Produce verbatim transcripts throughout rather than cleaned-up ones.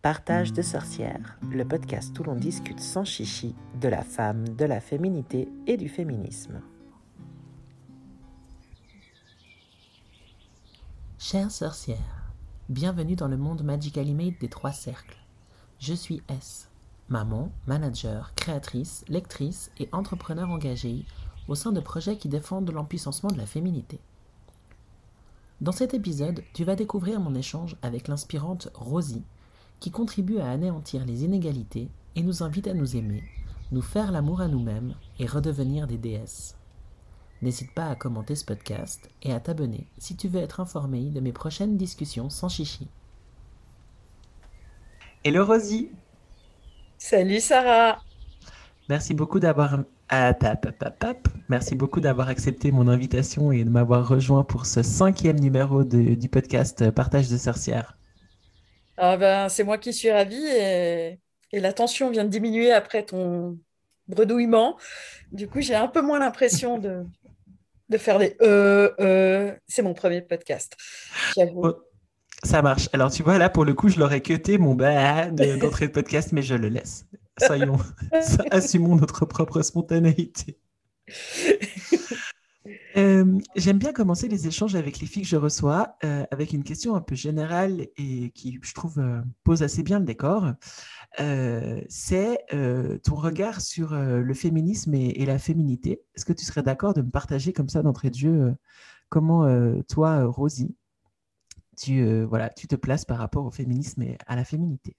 Partage de sorcières, le podcast où l'on discute sans chichi de la femme, de la féminité et du féminisme. Chères sorcières, bienvenue dans le monde Magically Made des trois cercles. Je suis S, maman, manager, créatrice, lectrice et entrepreneur engagée au sein de projets qui défendent l'empuissancement de la féminité. Dans cet épisode, tu vas découvrir mon échange avec l'inspirante Rosie, qui contribue à anéantir les inégalités et nous invite à nous aimer, nous faire l'amour à nous-mêmes et redevenir des déesses. N'hésite pas à commenter ce podcast et à t'abonner si tu veux être informé de mes prochaines discussions sans chichi. Hello Rosie. Salut Sarah. Merci beaucoup d'avoir ah, pap, pap, pap. Merci beaucoup d'avoir accepté mon invitation et de m'avoir rejoint pour ce cinquième numéro de, du podcast Partage de sorcières. Ah ben, c'est moi qui suis ravie et, et la tension vient de diminuer après ton bredouillement. Du coup, j'ai un peu moins l'impression de, de faire des euh, euh. C'est mon premier podcast, j'avoue. Oh, ça marche. Alors tu vois, là pour le coup, je l'aurais cuté mon bah de- d'entrée de podcast, mais je le laisse. Soyons, assumons notre propre spontanéité. Euh, j'aime bien commencer les échanges avec les filles que je reçois euh, avec une question un peu générale et qui, je trouve, euh, pose assez bien le décor. Euh, c'est euh, ton regard sur euh, le féminisme et, et la féminité. Est-ce que tu serais d'accord de me partager comme ça d'entrée de jeu euh, comment euh, toi, euh, Rosie, tu, euh, voilà, tu te places par rapport au féminisme et à la féminité?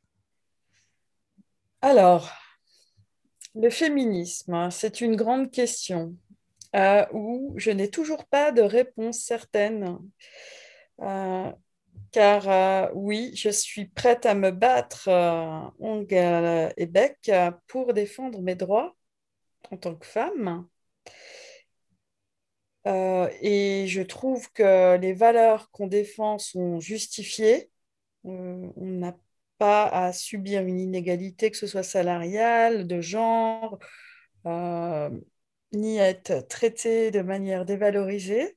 Alors, le féminisme, hein, c'est une grande question euh, où je n'ai toujours pas de réponse certaine. Euh, car euh, oui, je suis prête à me battre euh, ongles et bec euh, pour défendre mes droits en tant que femme. Euh, et je trouve que les valeurs qu'on défend sont justifiées. Euh, on n'a pas à subir une inégalité, que ce soit salariale, de genre, euh, ni à être traité de manière dévalorisée.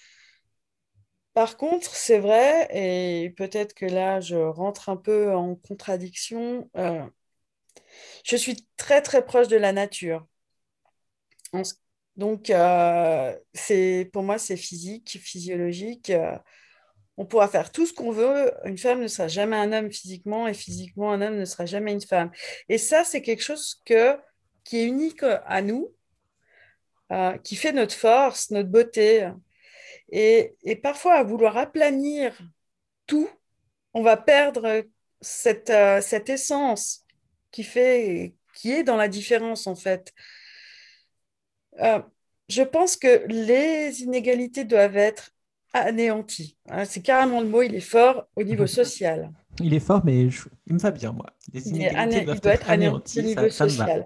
Par contre, c'est vrai, et peut-être que là, je rentre un peu en contradiction, euh, je suis très, très proche de la nature. En ce- Donc, euh, c'est, pour moi, c'est physique, physiologique. Euh, on pourra faire tout ce qu'on veut. Une femme ne sera jamais un homme physiquement et physiquement, un homme ne sera jamais une femme. Et ça, c'est quelque chose que, qui est unique à nous, euh, qui fait notre force, notre beauté. Et, et parfois, à vouloir aplanir tout, on va perdre cette, euh, cette essence qui fait, qui est dans la différence, en fait. Euh, je pense que les inégalités doivent être anéanties. Hein, c'est carrément le mot, il est fort au niveau social. Il est fort, mais je- il me va bien, moi. Les Il est inégalités ané- il doivent doit être être anéanti au anéanties, niveau ça, ça me va. social.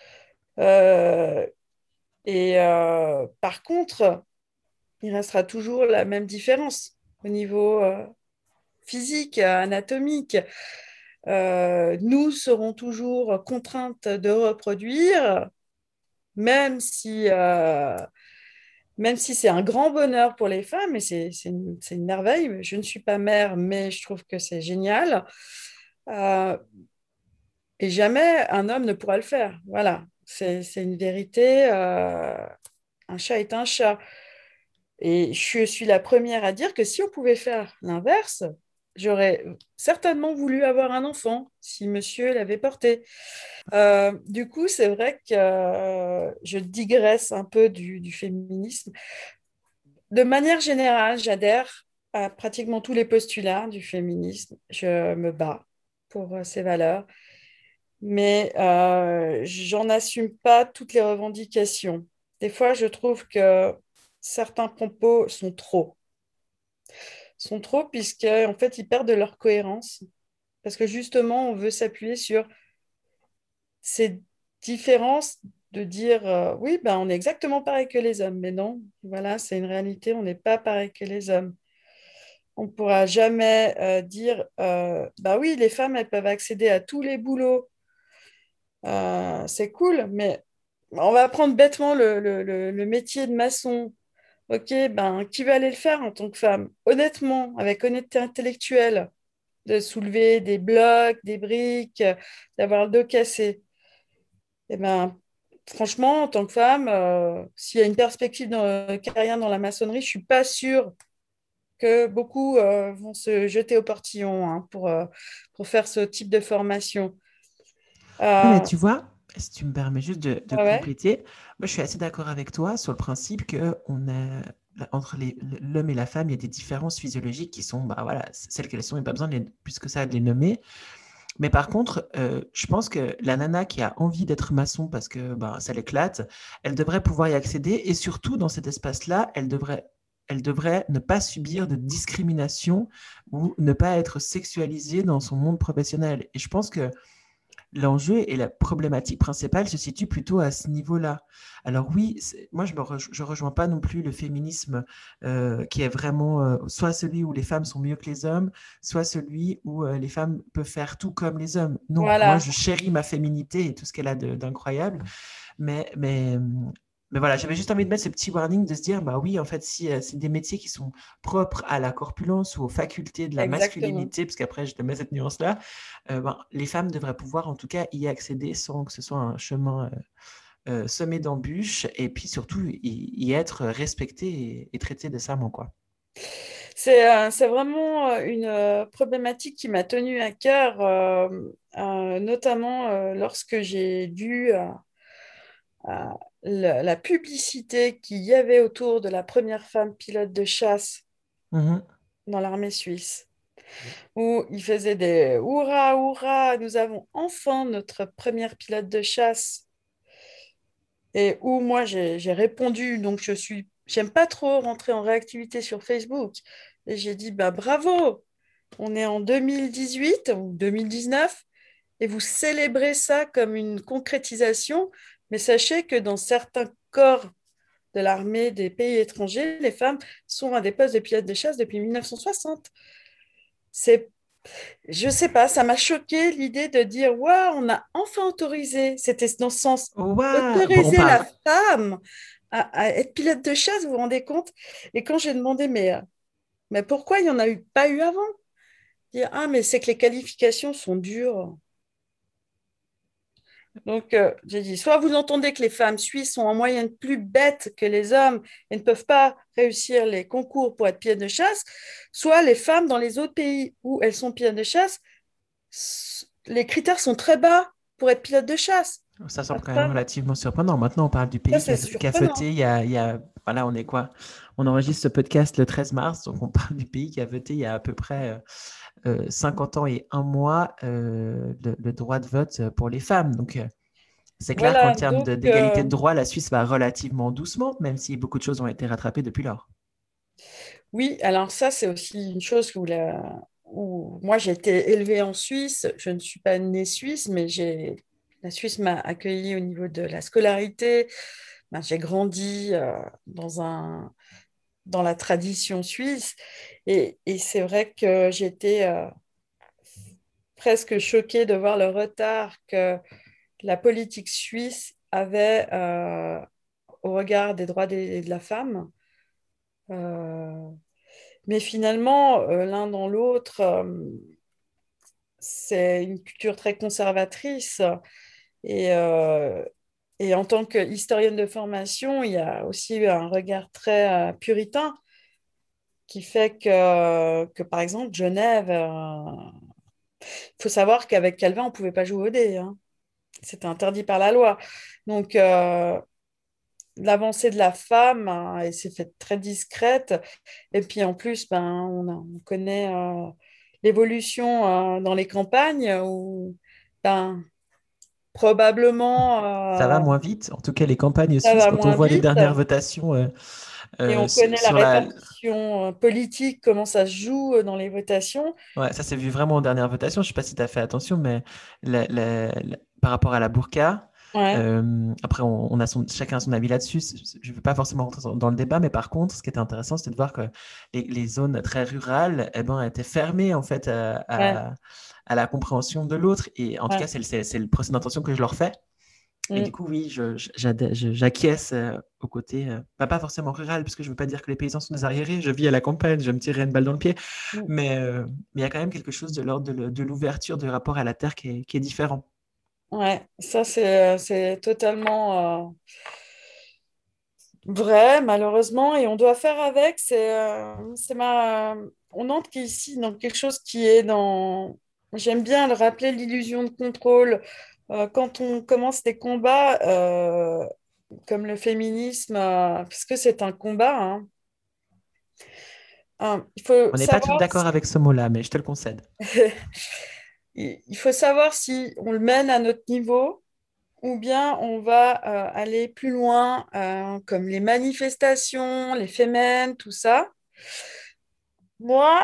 Euh, et euh, par contre, il restera toujours la même différence au niveau euh, physique, anatomique. Euh, nous serons toujours contraintes de reproduire, même si, euh, même si c'est un grand bonheur pour les femmes, et c'est c'est une, c'est une merveille. Je ne suis pas mère, mais je trouve que c'est génial. Euh, et jamais un homme ne pourra le faire. Voilà, c'est c'est une vérité. Euh, un chat est un chat. Et je suis la première à dire que si on pouvait faire l'inverse, j'aurais certainement voulu avoir un enfant si monsieur l'avait porté. Euh, du coup, c'est vrai que euh, je digresse un peu du, du féminisme. De manière générale, j'adhère à pratiquement tous les postulats du féminisme. Je me bats pour euh, ces valeurs, mais euh, j'en assume pas toutes les revendications. Des fois, je trouve que certains propos sont trop, sont trop puisque en fait, ils perdent de leur cohérence parce que justement, on veut s'appuyer sur ces différences de dire euh, oui, ben, on est exactement pareil que les hommes, mais non, voilà, c'est une réalité, on n'est pas pareil que les hommes. On ne pourra jamais euh, dire euh, bah oui, les femmes, elles peuvent accéder à tous les boulots. Euh, c'est cool, mais on va prendre bêtement le, le- le- le métier de maçon. Ok, ben qui va aller le faire en tant que femme? Honnêtement, avec honnêteté intellectuelle, de soulever des blocs, des briques, euh, d'avoir le dos cassé. Eh ben, franchement, en tant que femme, euh, s'il y a une perspective de carrière dans la maçonnerie, je suis pas sûre que beaucoup euh, vont se jeter au portillon hein, pour, euh, pour faire ce type de formation. Oui, mais Euh, tu vois, si tu me permets juste de, de ouais, ouais. compléter, moi je suis assez d'accord avec toi sur le principe que on a, entre les- l'homme et la femme, il y a des différences physiologiques qui sont, bah voilà, celles qu'elles sont, il n'y a pas besoin de les- plus que ça de les nommer. Mais par contre, euh, je pense que la nana qui a envie d'être maçon parce que bah, ça l'éclate, elle devrait pouvoir y accéder et surtout dans cet espace-là, elle devrait, elle devrait ne pas subir de discrimination ou ne pas être sexualisée dans son monde professionnel. Et je pense que l'enjeu et la problématique principale se situent plutôt à ce niveau-là. Alors oui, c'est- moi je ne je rejoins pas non plus le féminisme euh, qui est vraiment euh, soit celui où les femmes sont mieux que les hommes, soit celui où euh, les femmes peuvent faire tout comme les hommes. Non, moi Voilà. je chéris ma féminité et tout ce qu'elle a de- d'incroyable, mais, mais, mais voilà, j'avais juste envie de mettre ce petit warning de se dire, bah oui, en fait, si euh, c'est des métiers qui sont propres à la corpulence ou aux facultés de la Exactement. masculinité, parce qu'après, je te mets cette nuance-là, euh, ben, les femmes devraient pouvoir en tout cas y accéder sans que ce soit un chemin euh, euh, semé d'embûches et puis surtout y, y être respectées et, et traitées décemment, quoi. C'est euh, c'est vraiment euh, une euh, problématique qui m'a tenue à cœur, euh, euh, notamment euh, lorsque j'ai vu euh, euh, la, la publicité qu'il y avait autour de la première femme pilote de chasse Mhm. dans l'armée suisse, où il faisait des hurrah, hurrah, nous avons enfin notre première pilote de chasse. Et où moi j'ai j'ai répondu, donc je suis, j'aime pas trop rentrer en réactivité sur Facebook. Et j'ai dit, bah bravo, on est en deux mille dix-huit ou deux mille dix-neuf et vous célébrez ça comme une concrétisation, mais sachez que dans certains corps de l'armée des pays étrangers, les femmes sont à des postes de pilotes de chasse depuis mille neuf cent soixante. C'est, je sais pas, ça m'a choqué l'idée de dire, waouh, on a enfin autorisé, c'était dans ce sens, Ouais, bon, on autoriser parle. la femme à, à être pilote de chasse, vous vous rendez compte? Et quand j'ai demandé, mais, euh, mais pourquoi il n'y en a eu, pas eu avant? Dire, ah, mais c'est que les qualifications sont dures. Donc, euh, j'ai dit, soit vous entendez que les femmes suisses sont en moyenne plus bêtes que les hommes et ne peuvent pas réussir les concours pour être pilote de chasse, soit les femmes dans les autres pays où elles sont pilotes de chasse, les critères sont très bas pour être pilote de chasse. Ça La semble quand même femme, relativement surprenant. Maintenant, on parle du ça pays qui c'est a, qui a surprenant. voté il y a, il y a- voilà, on est quoi? On enregistre ce podcast le treize mars, donc on parle du pays qui a voté il y a à peu près euh, euh, cinquante ans et un mois euh, le, le droit de vote pour les femmes. Donc, euh, c'est clair qu'en Voilà, termes donc de- d'égalité euh, de droit, la Suisse va relativement doucement, même si beaucoup de choses ont été rattrapées depuis lors. oui, alors ça c'est aussi une chose où, la- où moi j'ai été élevée en Suisse, je ne suis pas née suisse, mais j'ai la Suisse m'a accueillie au niveau de la scolarité. Ben, j'ai grandi euh, dans un, dans la tradition suisse et, et c'est vrai que j'étais euh, presque choquée de voir le retard que la politique suisse avait euh, au regard des droits des- de la femme. Euh, mais finalement, euh, l'un dans l'autre, euh, c'est une culture très conservatrice. Et, euh, et en tant qu'historienne de formation, il y a aussi un regard très euh, puritain qui fait que, que par exemple, Genève, euh, il faut savoir qu'avec Calvin, on ne pouvait pas jouer au dé, hein. C'était interdit par la loi. Donc, euh, l'avancée de la femme, hein, elle s'est faite très discrète. Et puis en plus, ben, on, a- on connaît euh, l'évolution euh, dans les campagnes où ben, Ça probablement va euh, moins vite, en tout cas les campagnes ça suisses, va quand on moins voit les vite. dernières votations euh, Et euh, on sur, connaît la sur la... répartition euh, politique, comment ça se joue euh, dans les votations. Ouais, ça s'est vu vraiment en dernière votation, je sais pas si tu as fait attention, mais la- la- la- par rapport à la burqa, Ouais, euh, après on, on a son, chacun son avis là-dessus, c- je ne veux pas forcément rentrer dans dans le débat, mais par contre, ce qui était intéressant, c'était de voir que les, les zones très rurales eh ben, étaient fermées en fait à, ouais, à- à la compréhension de l'autre, et en tout cas ouais. c'est le, c'est- c'est le procès d'intention que je leur fais. Et Mm. du coup, oui, je, je- j'adhère- je- j'acquiesce euh, au côté, euh, bah, pas forcément rural, parce que je veux pas dire que les paysans sont des arriérés. Je vis à la campagne, je vais me tirer une balle dans le pied. Mm. Mais euh, mais il y a quand même quelque chose de l'ordre de, le- de l'ouverture du rapport à la terre qui est, qui est différent. Ouais, ça c'est c'est totalement euh, vrai, malheureusement, et on doit faire avec. C'est euh, c'est ma on entre ici dans quelque chose qui est dans j'aime bien le rappeler l'illusion de contrôle. Euh, quand on commence des combats euh, comme le féminisme, euh, parce que c'est un combat, hein, hein, il faut On n'est pas tous savoir d'accord avec ce mot-là, mais je te le concède. il il faut savoir si on le mène à notre niveau ou bien on va euh, aller plus loin, euh, comme les manifestations, les fémènes, tout ça. Moi,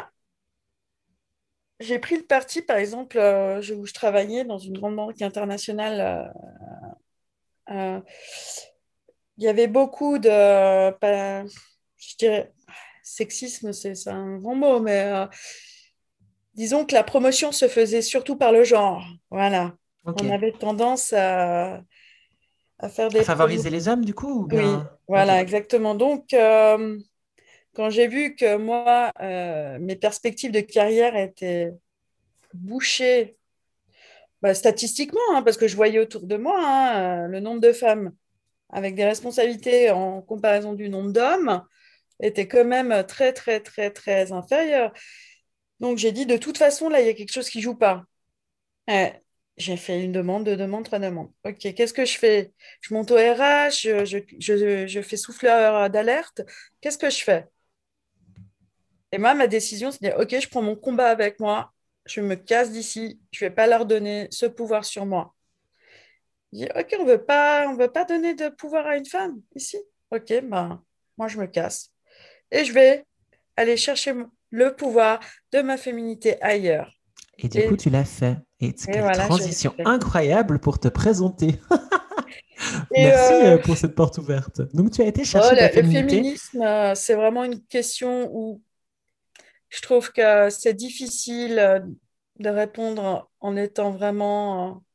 j'ai pris le parti, par exemple, euh, je- où je travaillais dans une grande banque internationale. euh, euh, il y avait beaucoup de, pas- je dirais, sexisme, c'est c'est un grand mot, mais euh, disons que la promotion se faisait surtout par le genre. Voilà. Ok. On avait tendance à, à faire À des promos. favoriser les hommes, du coup, ou Oui, bien... Ok. voilà, exactement. Donc, euh, quand j'ai vu que moi, euh, mes perspectives de carrière étaient bouchées, bah, statistiquement, hein, parce que je voyais autour de moi hein, euh, le nombre de femmes avec des responsabilités en comparaison du nombre d'hommes était quand même très, très, très, très inférieur. Donc j'ai dit, de toute façon, là, il y a quelque chose qui joue pas. Euh, j'ai fait une demande, deux demandes, trois demandes. OK, qu'est-ce que je fais? Je monte au R H, je, je, je, je fais souffleur d'alerte. Qu'est-ce que je fais? Et moi, ma décision, c'est de dire, OK, je prends mon combat avec moi, je me casse d'ici, je ne vais pas leur donner ce pouvoir sur moi. Je dis, OK, on veut pas, on veut pas donner de pouvoir à une femme ici. OK, ben, moi, je me casse. Et je vais aller chercher mon- le pouvoir de ma féminité ailleurs. Et du coup, Et, tu l'as fait. Et t- et quelle voilà, je l'ai transition fait. incroyable pour te présenter. Et Merci euh, euh, pour cette porte ouverte. Donc, tu as été oh, chercher ta le, le féminité. féminisme, euh, c'est vraiment une question où je trouve que c'est difficile euh, de répondre en étant vraiment euh,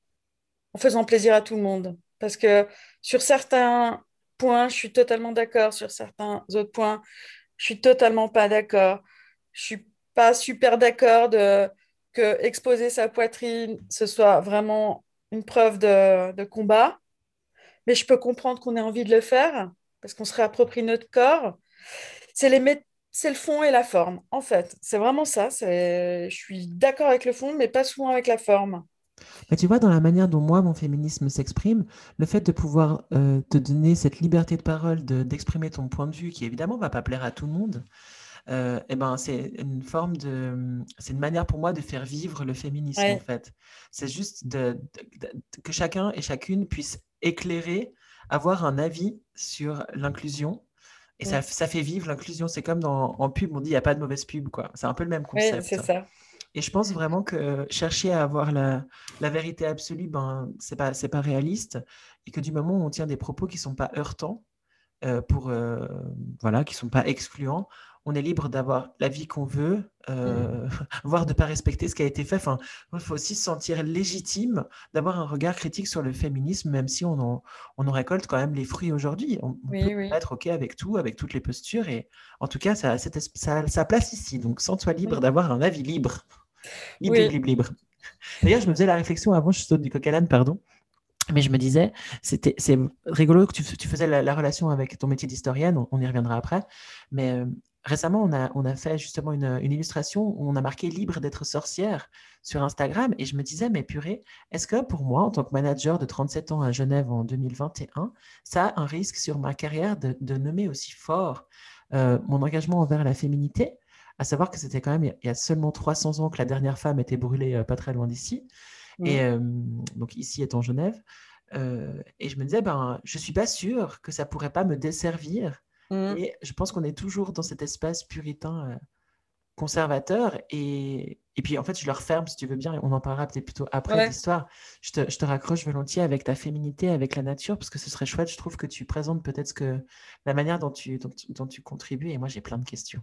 en faisant plaisir à tout le monde. Parce que sur certains points, je suis totalement d'accord. Sur certains autres points, je suis totalement pas d'accord. Je suis pas super d'accord de que exposer sa poitrine, ce soit vraiment une preuve de, de combat. Mais je peux comprendre qu'on ait envie de le faire parce qu'on se réapproprie notre corps. C'est les mé- c'est le fond et la forme, en fait. C'est vraiment ça. C'est... Je suis d'accord avec le fond, mais pas souvent avec la forme. Mais tu vois, dans la manière dont moi, mon féminisme s'exprime, le fait de pouvoir euh, te donner cette liberté de parole, de- d'exprimer ton point de vue, qui évidemment va pas plaire à tout le monde, euh, eh ben, c'est une forme de, c'est une manière pour moi de faire vivre le féminisme, en Ouais. fait. C'est juste de, de- de- que chacun et chacune puisse éclairer, avoir un avis sur l'inclusion. Et ça, Mm. ça fait vivre l'inclusion. C'est comme dans, en pub, on dit il n'y a pas de mauvaise pub, quoi. C'est un peu le même Oui, c'est concept. ça. Et je pense vraiment que chercher à avoir la, la vérité absolue, ben, c'est pas, c'est pas réaliste. Et que du moment où on tient des propos qui sont pas heurtants, euh, pour, euh, voilà, qui sont pas excluants, on est libre d'avoir la vie qu'on veut, Mm. euh, voire de pas respecter ce qui a été fait. Enfin, il faut aussi se sentir légitime d'avoir un regard critique sur le féminisme, même si on en, on en récolte quand même les fruits aujourd'hui. On, on peut Oui, oui. être OK avec tout, avec toutes les postures. Et en tout cas, ça, a cette es- ça, a sa place ici. Donc, sens-toi libre Mm. d'avoir un avis libre. Libre, libre, Oui, libre, libre. D'ailleurs, je me faisais la réflexion avant, je saute du coq à l'âne, pardon. Mais je me disais, c'était, c'est rigolo que tu, tu faisais la, la relation avec ton métier d'historienne, on, on y reviendra après. Mais euh, récemment, on a, on a fait justement une, une illustration où on a marqué libre d'être sorcière sur Instagram. Et je me disais, mais purée, est-ce que pour moi, en tant que manager de trente-sept ans à Genève en deux mille vingt et un, ça a un risque sur ma carrière de, de nommer aussi fort euh, mon engagement envers la féminité? À savoir que c'était quand même il y a seulement trois cents ans que la dernière femme était brûlée euh, pas très loin d'ici. Et Mm. euh, donc ici est en Genève. Euh, et je me disais, ben, je suis pas sûre que ça pourrait pas me desservir. Mm. Et je pense qu'on est toujours dans cet espace puritain, euh, conservateur. Et, et puis, en fait, je le referme, si tu veux bien, et on en parlera peut-être plutôt après de Ouais. l'histoire. Je te, je te raccroche volontiers avec ta féminité, avec la nature, parce que ce serait chouette. Je trouve que tu présentes peut-être ce que, la manière dont tu, dont, tu- dont tu contribues. Et moi, j'ai plein de questions.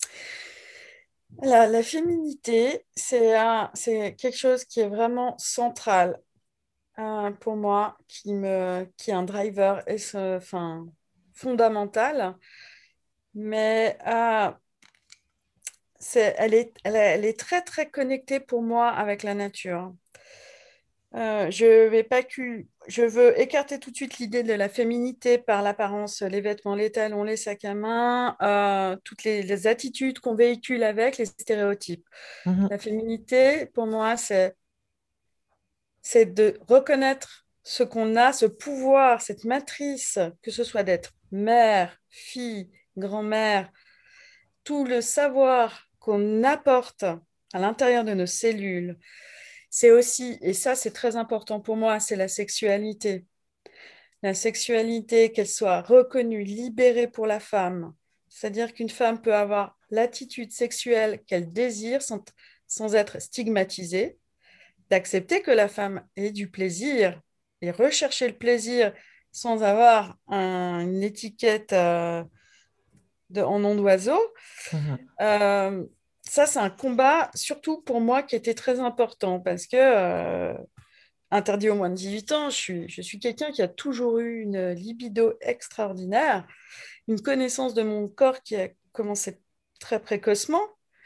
La, la féminité, c'est un- c'est quelque chose qui est vraiment central. euh, pour moi, qui me, qui est un driver et ce- enfin, fondamental. Mais euh, c'est, elle est, elle est, elle est très, très connectée pour moi avec la nature. Euh, je vais pas cu- je veux écarter tout de suite l'idée de la féminité par l'apparence, les vêtements, les talons, les sacs à main, euh, toutes les, les attitudes qu'on véhicule avec, les stéréotypes. Mhm, La féminité, pour moi, c'est, c'est de reconnaître ce qu'on a, ce pouvoir, cette matrice, que ce soit d'être mère, fille, grand-mère, tout le savoir qu'on apporte à l'intérieur de nos cellules. C'est aussi, et ça c'est très important pour moi, c'est la sexualité. La sexualité, qu'elle soit reconnue, libérée pour la femme. C'est-à-dire qu'une femme peut avoir l'attitude sexuelle qu'elle désire sans, sans être stigmatisée, d'accepter que la femme ait du plaisir et rechercher le plaisir sans avoir un- une étiquette euh, de, en nom d'oiseau. mhm. Euh, Ça, c'est un combat, surtout pour moi, qui était très important parce que euh, interdit aux moins de dix-huit ans, je suis, je suis quelqu'un qui a toujours eu une libido extraordinaire, une connaissance de mon corps qui a commencé très précocement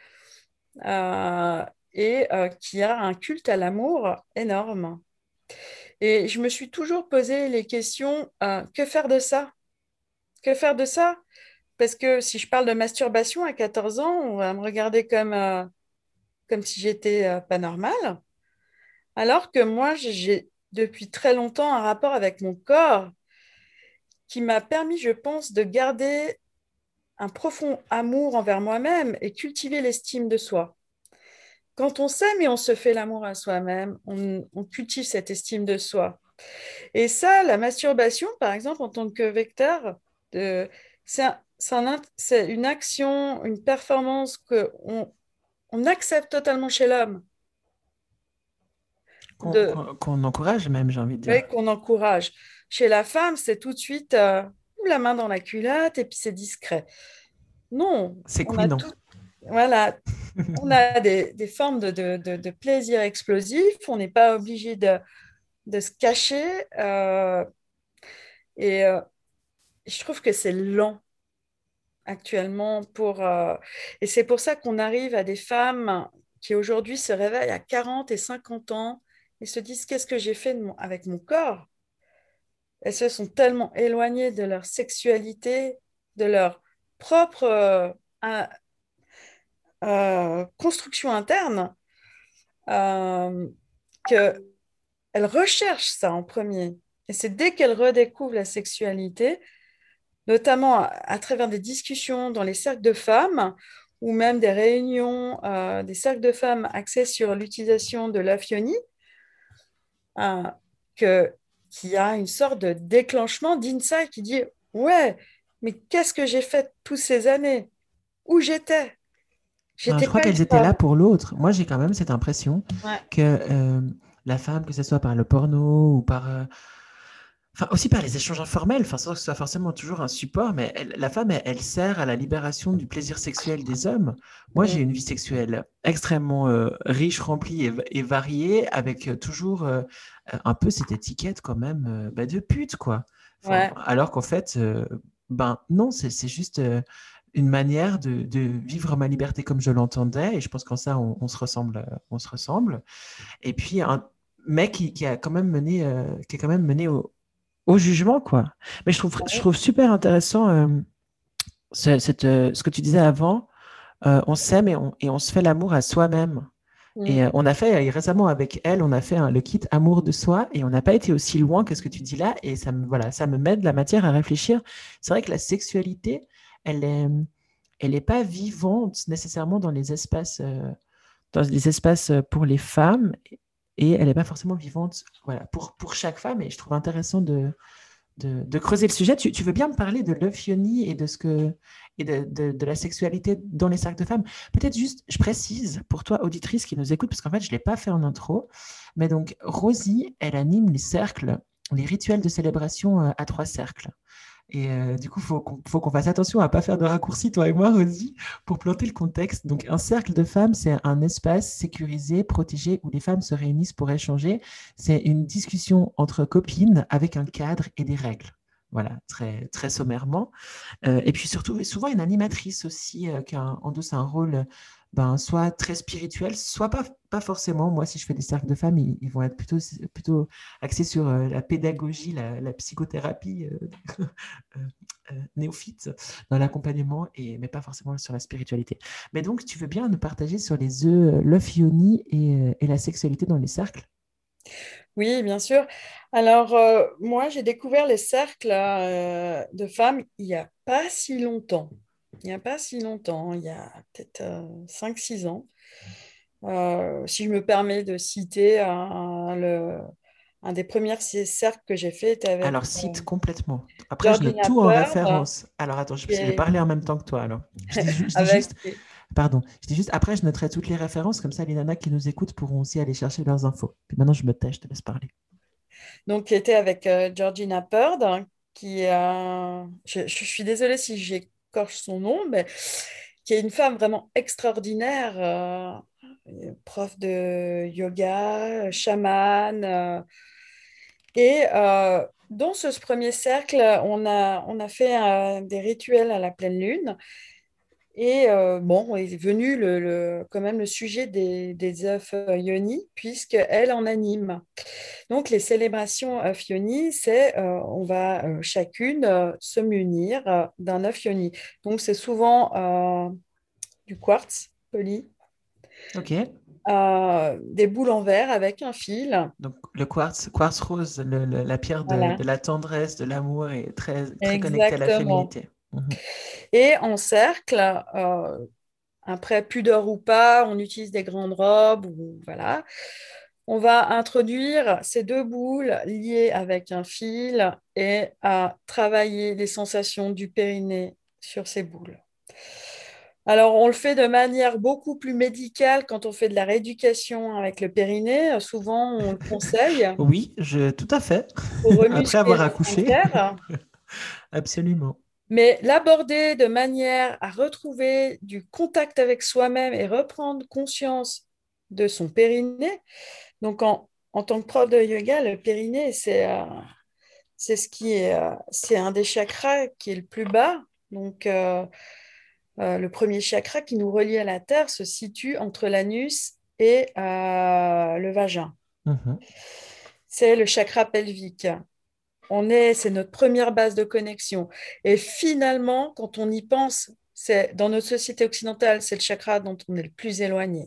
euh, et euh, qui a un culte à l'amour énorme. Et je me suis toujours posé les questions, euh, que faire de ça? Que faire de ça? Parce que si je parle de masturbation à quatorze ans, on va me regarder comme, euh, comme si j'étais euh, pas normale. Alors que moi, j'ai depuis très longtemps un rapport avec mon corps qui m'a permis, je pense, de garder un profond amour envers moi-même et cultiver l'estime de soi. Quand on s'aime et on se fait l'amour à soi-même, on, on cultive cette estime de soi. Et ça, la masturbation, par exemple, en tant que vecteur, de, c'est un- c'est un c'est une action, une performance qu'on on accepte totalement chez l'homme, Qu'on de, qu'on- qu'on encourage même, j'ai envie de dire. ouais, qu'on encourage. Chez la femme, c'est tout de suite euh, la main dans la culotte et puis c'est discret. Non, C'est on a couinant. tout, voilà, on a des, des formes de, de, de- de plaisir explosif, on n'est pas obligé de, de se cacher euh, et euh, je trouve que c'est lent actuellement pour... euh, et c'est pour ça qu'on arrive à des femmes qui aujourd'hui se réveillent à quarante et cinquante ans et se disent qu'est-ce que j'ai fait de mon- avec mon corps? Elles se sont tellement éloignées de leur sexualité, de leur propre euh, un- euh, construction interne, euh, qu'elles recherchent ça en premier. Et c'est dès qu'elles redécouvrent la sexualité, notamment à, à travers des discussions dans les cercles de femmes ou même des réunions, euh, des cercles de femmes axés sur l'utilisation de l'aphonie, euh, que, qu'il y a une sorte de déclenchement d'insight qui dit, ouais, mais qu'est-ce que j'ai fait toutes ces années? Où j'étais? Ben, je J'étais crois pas une qu'elles étaient là femme. pour l'autre. Moi, j'ai quand même cette impression Ouais, que euh, la femme, que ce soit par le porno ou par... euh, enfin, aussi par les échanges informels, enfin, sans que ce soit forcément toujours un support, mais elle- la femme, elle, elle sert à la libération du plaisir sexuel des hommes. Moi, j'ai mm, une vie sexuelle extrêmement euh, riche, remplie et, et variée, avec euh, toujours euh, un peu cette étiquette quand même euh, bah, de pute, quoi. Enfin, ouais, alors qu'en fait, euh, ben non, c'est c'est juste euh, une manière de, de vivre ma liberté comme je l'entendais, et je pense qu'en ça, on, on se ressemble, euh, on se ressemble. Et puis un mec qui, qui a quand même mené, euh, qui est quand même mené au, au jugement, quoi. Mais je trouve, je trouve super intéressant euh, ce, cette, euh, ce que tu disais avant. Euh, on s'aime et on, et on se fait l'amour à soi-même. Et mm, euh, on a fait euh, récemment avec elle, on a fait hein, le kit amour de soi et on n'a pas été aussi loin que ce que tu dis là. Et ça me, voilà, ça me met de la matière à réfléchir. C'est vrai que la sexualité, elle est, elle est pas vivante nécessairement dans les espaces, euh, dans les espaces euh, pour les femmes et elle n'est pas forcément vivante, voilà, pour, pour chaque femme. Et je trouve intéressant de, de, de creuser le sujet. Tu, tu veux bien me parler de l'euphonie et de ce que et de, de, de la sexualité dans les cercles de femmes. Peut-être juste, je précise pour toi, auditrice qui nous écoute, parce qu'en fait, je ne l'ai pas fait en intro, mais donc Rosie, elle anime les cercles, les rituels de célébration euh, à trois cercles. Et euh, du coup, il faut qu'on, faut qu'on fasse attention à ne pas faire de raccourcis, toi et moi, Rosie, pour planter le contexte. Donc, un cercle de femmes, c'est un espace sécurisé, protégé, où les femmes se réunissent pour échanger. C'est une discussion entre copines avec un cadre et des règles. Voilà, très, très sommairement. Euh, et puis surtout, souvent une animatrice aussi euh, qui a endosse un rôle ben, soit très spirituel, soit pas, pas forcément. Moi, si je fais des cercles de femmes, ils, ils vont être plutôt, plutôt axés sur euh, la pédagogie, la, la psychothérapie euh, euh, euh, néophyte dans l'accompagnement, et, mais pas forcément sur la spiritualité. Mais donc, tu veux bien nous partager sur les œufs, l'œuf yoni et, euh, et la sexualité dans les cercles? Oui, bien sûr. Alors, euh, moi, j'ai découvert les cercles euh, de femmes il n'y a pas si longtemps. Il n'y a pas si longtemps, il y a peut-être euh, cinq six ans. Euh, si je me permets de citer un, le- un des premiers cercles que j'ai fait était avec Alors, cite complètement. Après, je note Georgina tout en Pearl référence. Alors, attends, je, je vais et parler en même temps que toi, alors. Je dis, ju- je dis avec juste, pardon, je dis juste, après, je noterai toutes les références, comme ça, les nanas qui nous écoutent pourront aussi aller chercher leurs infos. Puis maintenant, je me tais, je te laisse parler. donc qui était avec euh, Georgina Pearl, hein, qui euh, je, je suis désolée si j'écorche son nom, mais qui est une femme vraiment extraordinaire, euh, prof de yoga, chamane. euh, et euh, dans ce, ce premier cercle, on a, on a fait euh, des rituels à la pleine lune. Et euh, bon, est venu le, le- quand même le sujet des, des œufs euh, yoni, puisqu'elle en anime. Donc, les célébrations œufs yoni, c'est euh, on va euh, chacune euh, se munir euh, d'un œuf yoni. Donc, c'est souvent euh, du quartz poli, Ok. euh, des boules en verre avec un fil. Donc, le quartz, quartz rose, le- le- la pierre de, Voilà, de la tendresse, de l'amour, est très, très connectée à la exactement. féminité. Mhm. Et en cercle, euh, après pudeur ou pas, on utilise des grandes robes, ou, voilà. On va introduire ces deux boules liées avec un fil et à travailler les sensations du périnée sur ces boules. Alors, on le fait de manière beaucoup plus médicale quand on fait de la rééducation avec le périnée. Souvent, on le conseille Oui, je, tout à fait. pour Après remuscler avoir le accouché, sphincter, absolument. mais l'aborder de manière à retrouver du contact avec soi-même et reprendre conscience de son périnée. Donc, en, en tant que prof de yoga, le périnée, c'est euh, c'est ce qui est, euh, c'est un des chakras qui est le plus bas. Donc, euh, euh, le premier chakra qui nous relie à la terre se situe entre l'anus et euh, le vagin. Mhm. C'est le chakra pelvique. On est, c'est notre première base de connexion. Et finalement, quand on y pense, c'est dans notre société occidentale, c'est le chakra dont on est le plus éloigné.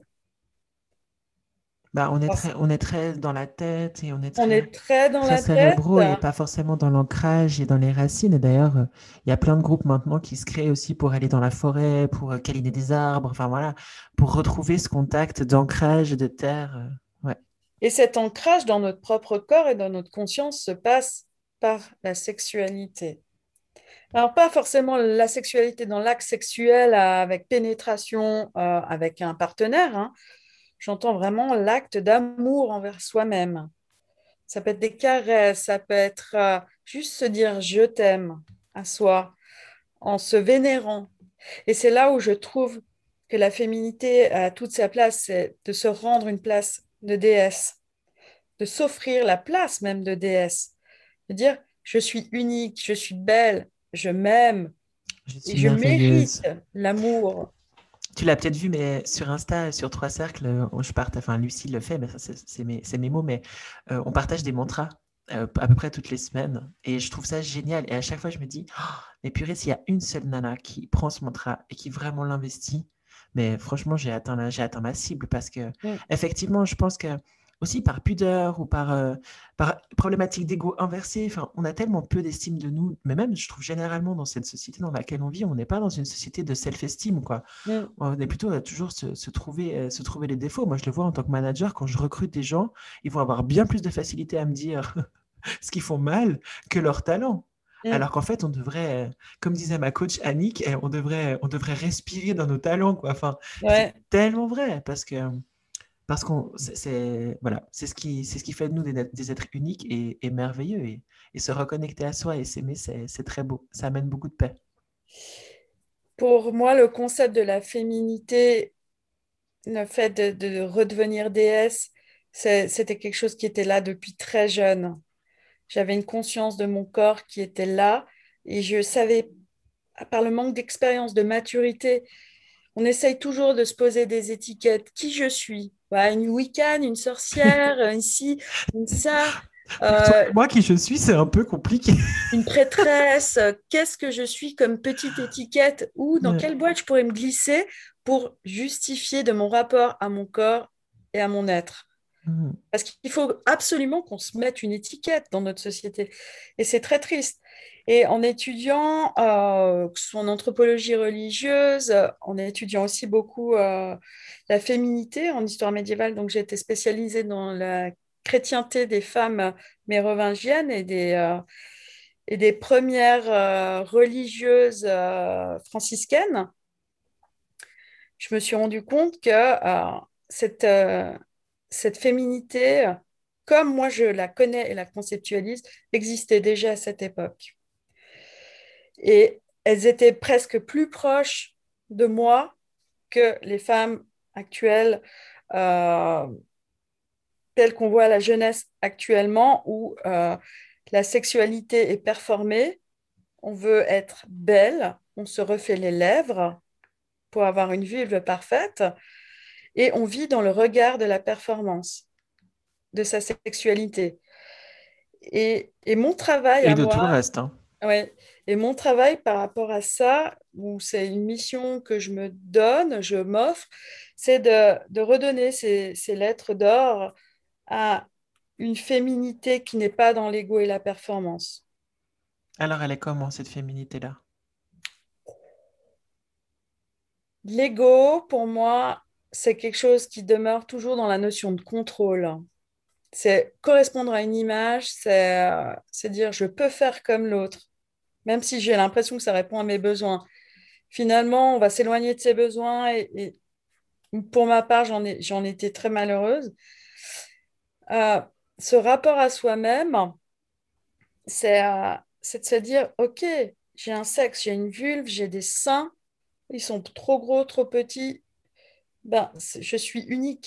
Bah, on est Parce très, on est très dans la tête et on est qu'on très, est très dans très la tête. cérébraux et pas forcément dans l'ancrage et dans les racines. Et d'ailleurs, euh, il y a plein de groupes maintenant qui se créent aussi pour aller dans la forêt, pour euh, câliner des arbres, enfin voilà, pour retrouver ce contact d'ancrage de terre. euh, ouais. Et cet ancrage dans notre propre corps et dans notre conscience se passe par la sexualité. Alors, pas forcément la sexualité dans l'acte sexuel euh, avec pénétration euh, avec un partenaire, hein. J'entends vraiment l'acte d'amour envers soi-même. Ça peut être des caresses, ça peut être euh, juste se dire je t'aime à soi en se vénérant. Et c'est là où je trouve que la féminité a toute sa place, c'est de se rendre une place de déesse, de s'offrir la place même de déesse, de dire je suis unique, je suis belle, je m'aime Je et suis je mérite merveilleuse. l'amour. Tu l'as peut-être vu, mais sur Insta, sur Trois Cercles, euh, je partage, enfin Lucie le fait, mais ça, c'est c'est mes, c'est mes mots, mais euh, on partage des mantras euh, à peu près toutes les semaines. Et je trouve ça génial. Et à chaque fois, je me dis, oh, mais purée, s'il y a une seule nana qui prend ce mantra et qui vraiment l'investit, mais franchement, j'ai atteint, la- j'ai atteint ma cible parce que, Mm. effectivement, je pense que aussi par pudeur ou par, euh, par problématique d'ego inversé, enfin, on a tellement peu d'estime de nous, mais même, je trouve généralement dans cette société dans laquelle on vit, on n'est pas dans une société de self-esteem, quoi. Mm. On est plutôt à toujours se, se trouver, euh, se trouver les défauts. Moi, je le vois en tant que manager, quand je recrute des gens, ils vont avoir bien plus de facilité à me dire ce qu'ils font mal que leur talent. Mm. Alors qu'en fait, on devrait, euh, comme disait ma coach Annick, eh, on devrait, on devrait respirer dans nos talents, quoi. Enfin, c'est Ouais. tellement vrai parce que Parce qu'on, c'est, c'est- voilà, c'est ce qui, c'est ce qui fait de nous des, des êtres uniques et, et merveilleux. Et, et se reconnecter à soi et s'aimer, c'est, c'est très beau. Ça amène beaucoup de paix. Pour moi, le concept de la féminité, le fait de, de redevenir déesse, c'est- c'était quelque chose qui était là depuis très jeune. J'avais une conscience de mon corps qui était là et je savais, par le manque d'expérience, de maturité, on essaye toujours de se poser des étiquettes. Qui je suis? Voilà, une Wiccan, une sorcière, une ci, une ça, Pour toi euh, et moi, qui je suis, c'est un peu compliqué. une prêtresse. Qu'est-ce que je suis comme petite étiquette? Ou dans Ouais. quelle boîte je pourrais me glisser pour justifier de mon rapport à mon corps et à mon être? Mhm. Parce qu'il faut absolument qu'on se mette une étiquette dans notre société. Et c'est très triste. Et en étudiant, euh, que ce soit en anthropologie religieuse, euh, en étudiant aussi beaucoup euh, la féminité en histoire médiévale, donc j'ai été spécialisée dans la chrétienté des femmes mérovingiennes et des, euh, et des premières euh, religieuses euh, franciscaines, je me suis rendu compte que euh, cette, euh, cette féminité, comme moi je la connais et la conceptualise, existait déjà à cette époque. Et elles étaient presque plus proches de moi que les femmes actuelles, euh, telles qu'on voit la jeunesse actuellement, où euh, la sexualité est performée, on veut être belle, on se refait les lèvres pour avoir une vulve parfaite, et on vit dans le regard de la performance, de sa sexualité. Et, et mon travail Et à de tout le moi, reste, hein. ouais, et mon travail par rapport à ça, où c'est une mission que je me donne, je m'offre, c'est de, de redonner ces, ces lettres d'or à une féminité qui n'est pas dans l'ego et la performance. Alors, elle est comment, cette féminité-là? L'ego, pour moi, c'est quelque chose qui demeure toujours dans la notion de contrôle. C'est correspondre à une image, c'est euh, c'est dire je peux faire comme l'autre, même si j'ai l'impression que ça répond à mes besoins. Finalement, on va s'éloigner de ses besoins et, et pour ma part, j'en ai, j'en étais très malheureuse. Euh, Ce rapport à soi-même, c'est euh, c'est de se dire, OK, j'ai un sexe, j'ai une vulve, j'ai des seins, ils sont trop gros, trop petits, ben, c'est- je suis unique,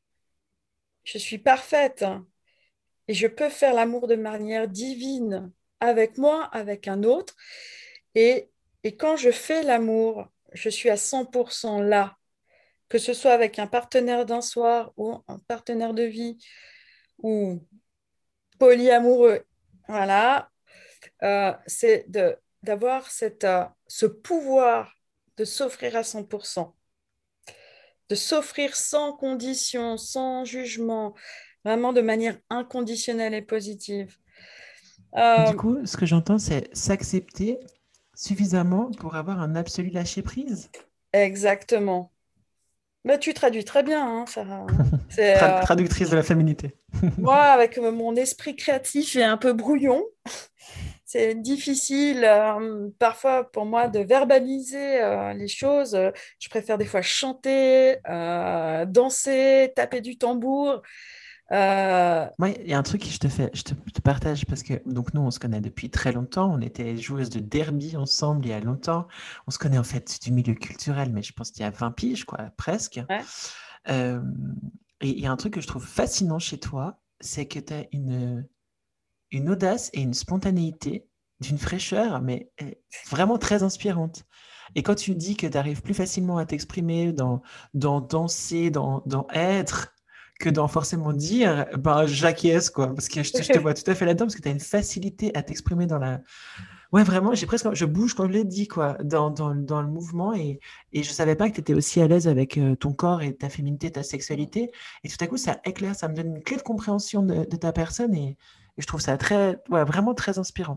je suis parfaite et je peux faire l'amour de manière divine avec moi, avec un autre. Et, et quand je fais l'amour, je suis à cent pour cent là, que ce soit avec un partenaire d'un soir ou un partenaire de vie ou polyamoureux. Voilà. Euh, c'est de, d'avoir cette, euh, ce pouvoir de s'offrir à cent pour cent, de s'offrir sans condition, sans jugement, vraiment de manière inconditionnelle et positive. Du Euh, coup, ce que j'entends, c'est s'accepter suffisamment pour avoir un absolu lâcher-prise. Exactement. Mais tu traduis très bien, hein, Sarah, hein. C'est, Tra- euh, traductrice de la féminité. moi, avec mon esprit créatif et un peu brouillon, c'est difficile euh, parfois pour moi de verbaliser euh, les choses. Je préfère des fois chanter, euh, danser, taper du tambour. Euh, Moi, il y a un truc que je te fais, je te, je te partage parce que donc nous, on se connaît depuis très longtemps. On était joueuses de derby ensemble il y a longtemps. On se connaît en fait du milieu culturel, mais je pense qu'il y a vingt piges, quoi, presque. ouais, Euh, et il y a un truc que je trouve fascinant chez toi, c'est que tu as une, une audace et une spontanéité d'une fraîcheur, mais euh, vraiment très inspirante. Et quand tu dis que tu arrives plus facilement à t'exprimer dans, dans danser, dans, dans être, que dans forcément dire, ben j'acquiesce, quoi. Parce que je te, je te vois tout à fait là-dedans, parce que tu as une facilité à t'exprimer dans la... Ouais, vraiment, j'ai presque... Je bouge quand je l'ai dit, quoi, dans, dans, dans le mouvement. Et, et je savais pas que tu étais aussi à l'aise avec euh, ton corps et ta féminité, ta sexualité. Et tout à coup, ça éclaire, ça me donne une clé de compréhension de, de ta personne. Et, et je trouve ça très, ouais, vraiment très inspirant.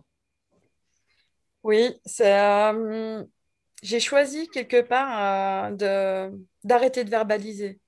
oui, c'est, euh, j'ai choisi quelque part euh, de, d'arrêter de verbaliser.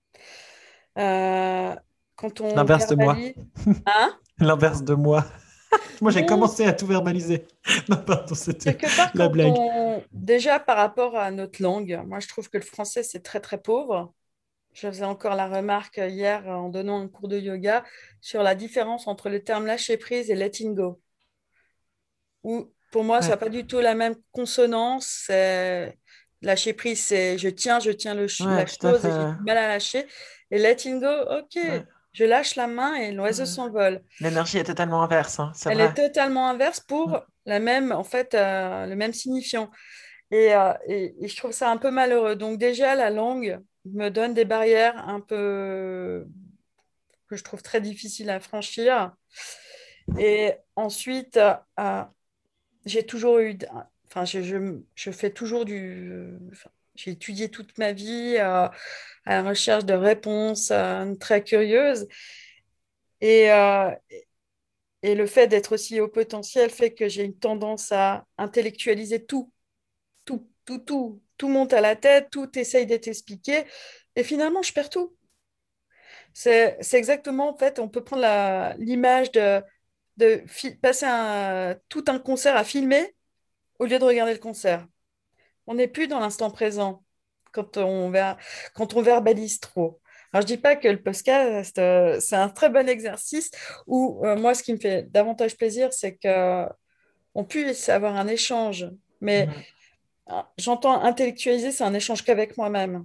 Euh, Quand on L'inverse de moi. verbalise, hein? L'inverse de moi. Moi, j'ai Non, commencé à tout verbaliser. Non, pardon, c'était quelque part, la quand blague. on... Déjà, par rapport à notre langue, moi, je trouve que le français, c'est très, très pauvre. je faisais encore la remarque hier en donnant un cours de yoga sur la différence entre le terme lâcher prise et letting go. Où, pour moi, ça Ouais, n'a pas du tout la même consonance. C'est- Lâcher prise, c'est je tiens, je tiens le ch- ouais, la tout à chose et j'ai fait. du mal à lâcher. Et letting go, ok, Ouais, je lâche la main et l'oiseau ouais. s'envole. L'énergie est totalement inverse, hein, c'est Elle est vrai. totalement inverse Mm. pour la même, en fait, euh, le même signifiant. Et, euh, et- et je trouve ça un peu malheureux. Donc déjà, la langue me donne des barrières un peu que je trouve très difficiles à franchir. Et ensuite, euh, j'ai toujours eu, enfin, je, je- je fais toujours du, enfin, j'ai étudié toute ma vie euh, à la recherche de réponses euh, très curieuses. Et, euh, et le fait d'être aussi haut potentiel fait que j'ai une tendance à intellectualiser tout, tout, tout, tout. Tout monte à la tête, tout essaye d'être expliqué. Et finalement, je perds tout. C'est, c'est exactement, en fait, on peut prendre la- l'image de, de fi- passer un- tout un concert à filmer au lieu de regarder le concert. On n'est plus dans l'instant présent quand on, ver- quand on verbalise trop. Alors, je dis pas que le podcast, euh, c'est un très bon exercice où euh, moi, ce qui me fait davantage plaisir, c'est que on puisse avoir un échange. Mais Mhm. euh, j'entends intellectualiser, c'est un échange qu'avec moi-même.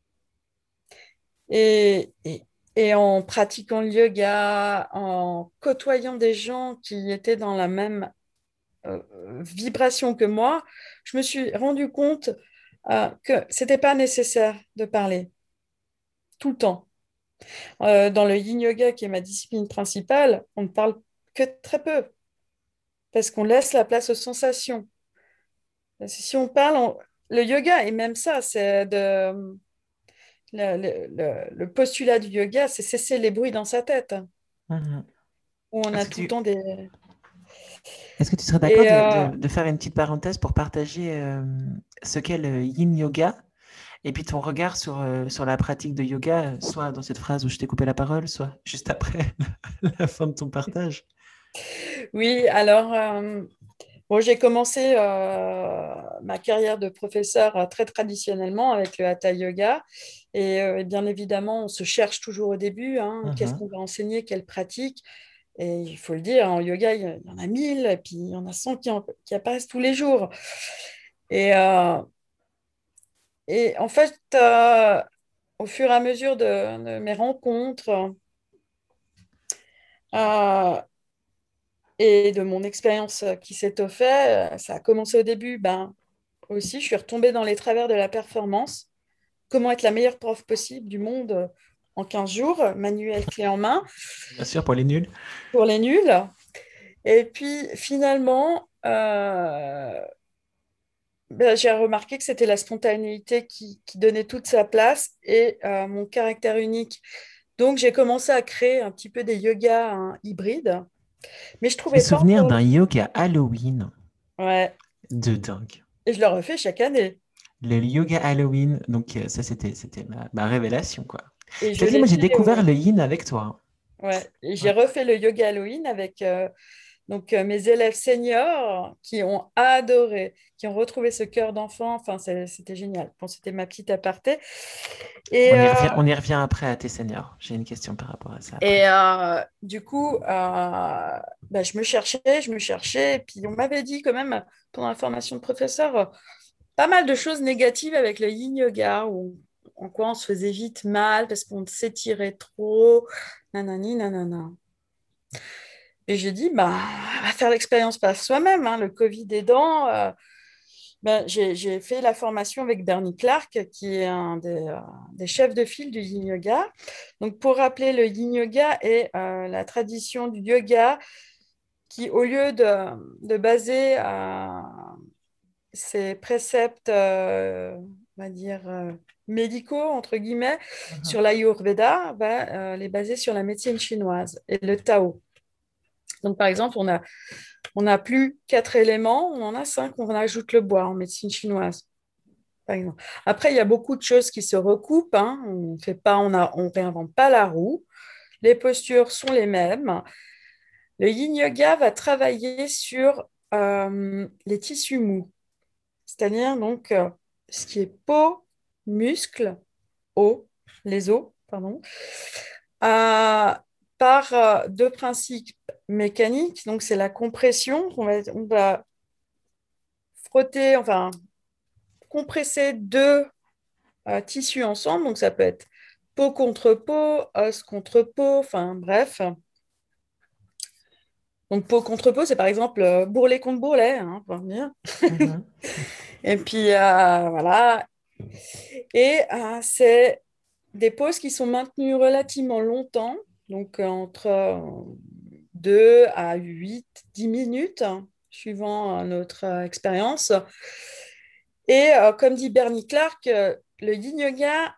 Et, et, et en pratiquant le yoga, en côtoyant des gens qui étaient dans la même euh, vibration que moi, je me suis rendu compte euh, que c'était pas nécessaire de parler tout le temps. Euh, dans le yin yoga, qui est ma discipline principale, on ne parle que très peu parce qu'on laisse la place aux sensations. Si on parle, on- le yoga et même ça, c'est de le, le- le- le postulat du yoga, c'est cesser les bruits dans sa tête, Mhm. où on a Est-ce que tout le tu, temps des. est-ce que tu serais d'accord Et de, euh, de- de faire une petite parenthèse pour partager euh, ce qu'est le yin yoga et puis ton regard sur, euh, sur la pratique de yoga, euh, soit dans cette phrase où je t'ai coupé la parole, soit juste après la fin de ton partage? oui, alors euh, bon, j'ai commencé euh, ma carrière de professeur euh, très traditionnellement avec le Hatha Yoga. Et, euh, et bien évidemment, on se cherche toujours au début, hein, qu'est-ce Mhm. qu'on va enseigner, quelle pratique. Et il faut le dire, en yoga, il y, il y en a mille, et puis il y en a cent qui, en- qui apparaissent tous les jours. Et, euh, et en fait, euh, au fur et à mesure de, de mes rencontres euh, et de mon expérience qui s'est offerte, ça a commencé au début, ben, aussi, je suis retombée dans les travers de la performance. Comment être la meilleure prof possible du monde euh, en quinze jours, manuel clé en main, Bien sûr, pour les nuls. pour les nuls. Et puis finalement, euh, ben, j'ai remarqué que c'était la spontanéité qui, qui donnait toute sa place et euh, mon caractère unique. Donc j'ai commencé à créer un petit peu des yogas hein, hybrides, mais je J'ai trouvais pas souvenir encore. d'un yoga Halloween Ouais, de dingue. et je le refais chaque année. Le yoga Halloween, donc euh, ça c'était c'était ma, ma révélation quoi. Et Je je te dis, l'ai moi j'ai fait, découvert au- le yin avec toi, ouais, et hein. j'ai refait le yoga Halloween avec euh, Donc, euh, mes élèves seniors qui ont adoré, qui ont retrouvé ce cœur d'enfant, enfin, c'est- c'était génial. Bon, c'était ma petite aparté. Et, On y euh, revient, on y revient après à tes seniors. J'ai une question par rapport à ça après. et euh, du coup, euh, bah, je me cherchais, je me cherchais. Et puis, on m'avait dit quand même, pendant la formation de professeur, euh, pas mal de choses négatives avec le yin yoga, où, en quoi on se faisait vite mal parce qu'on s'étirait trop, nanani, nanana. Et j'ai dit, bah, on va faire l'expérience par soi-même, hein, le Covid aidant. euh, Ben, j'ai, j'ai fait la formation avec Bernie Clark, qui est un des, euh, des chefs de file du Yin Yoga. Donc, pour rappeler, le Yin Yoga est euh, la tradition du yoga qui, au lieu de, de baser euh, ses préceptes, euh, on va dire, euh, médicaux, entre guillemets, Mhm. sur l'Ayurveda, va euh, les baser sur la médecine chinoise et le Tao. Donc, par exemple, on a, on n'a plus quatre éléments, on en a cinq, on ajoute le bois en médecine chinoise. Par exemple. Après, il y a beaucoup de choses qui se recoupent, hein. On fait pas, on a, on réinvente pas la roue. Les postures sont les mêmes. Le yin yoga va travailler sur euh, les tissus mous, c'est-à-dire donc euh, ce qui est peau, muscle, os. les os, pardon, euh, par euh, deux principes mécaniques. Donc, c'est la compression. On va, on va frotter, enfin, compresser deux euh, tissus ensemble. Donc, ça peut être peau contre peau, os contre peau, enfin, bref. Donc, peau contre peau, c'est par exemple euh, bourrelet contre bourrelet, hein, pour dire. Mhm. Et puis, euh, voilà. Et euh, c'est des pauses qui sont maintenues relativement longtemps, donc euh, entre euh, deux à huit, dix minutes, hein, suivant euh, notre euh, expérience. Et euh, comme dit Bernie Clark, euh, le yin yoga,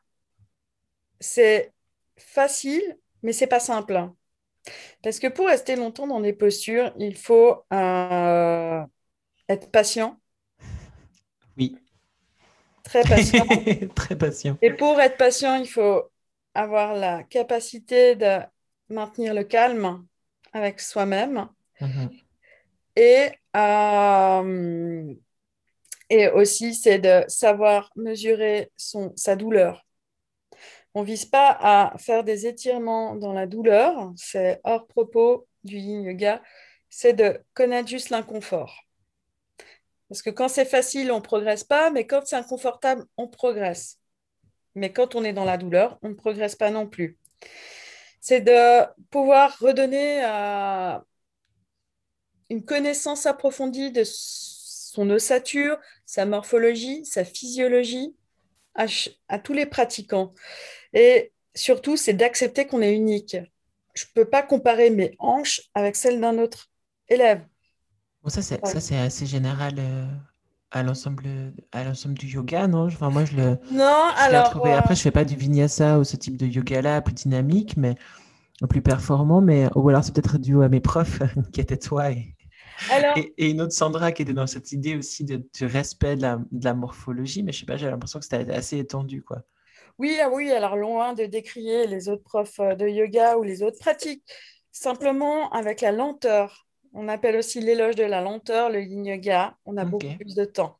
c'est facile, mais c'est pas simple, hein. Parce que pour rester longtemps dans des postures, il faut euh, être patient, Oui. très patient. Très patient. Et pour être patient, il faut avoir la capacité de maintenir le calme avec soi-même Mhm. et, euh, et aussi c'est de savoir mesurer son, sa douleur. On ne vise pas à faire des étirements dans la douleur, c'est hors propos du yin yoga, c'est de connaître juste l'inconfort. Parce que quand c'est facile, on ne progresse pas, mais quand c'est inconfortable, on progresse. Mais quand on est dans la douleur, on ne progresse pas non plus. C'est de pouvoir redonner euh, une connaissance approfondie de son ossature, sa morphologie, sa physiologie à, à tous les pratiquants. Et surtout, c'est d'accepter qu'on est unique. Je ne peux pas comparer mes hanches avec celles d'un autre élève. Bon, ça, c'est, ça, c'est assez général euh, à l'ensemble, à l'ensemble du yoga, non? Enfin, moi, je le, Non, je l'ai alors, retrouvé. Après, euh, je fais pas du vinyasa ou ce type de yoga-là, plus dynamique, mais plus performant. Mais, ou alors, c'est peut-être dû à mes profs, qui étaient toi et, alors et, et une autre Sandra, qui était dans cette idée aussi de, du respect de la, de la morphologie. Mais je sais pas, j'ai l'impression que c'était assez étendu, quoi. oui, ah oui, alors loin de décrier les autres profs euh, de yoga ou les autres pratiques, simplement avec la lenteur. On appelle aussi l'éloge de la lenteur, le yin yoga. On a Ok. beaucoup plus de temps.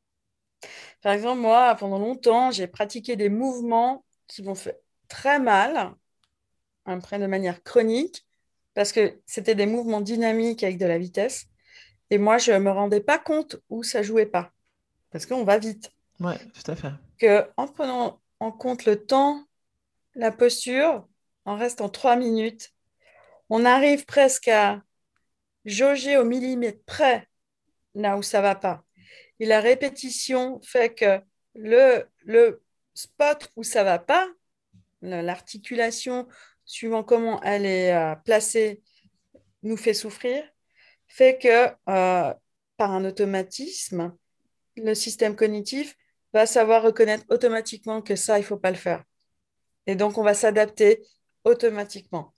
Par exemple, moi, pendant longtemps, j'ai pratiqué des mouvements qui m'ont fait très mal, après de manière chronique, parce que c'était des mouvements dynamiques avec de la vitesse. Et moi, je ne me rendais pas compte où ça jouait pas, parce qu'on va vite. Ouais, tout à fait. Que en prenant en compte le temps, la posture, en restant trois minutes, on arrive presque à jauger au millimètre près là où ça va pas. Et la répétition fait que le, le spot où ça va pas, l'articulation, suivant comment elle est euh, placée, nous fait souffrir, fait que euh, par un automatisme, le système cognitif va savoir reconnaître automatiquement que ça, il ne faut pas le faire. Et donc, on va s'adapter automatiquement.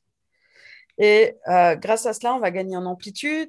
Et euh, grâce à cela, on va gagner en amplitude,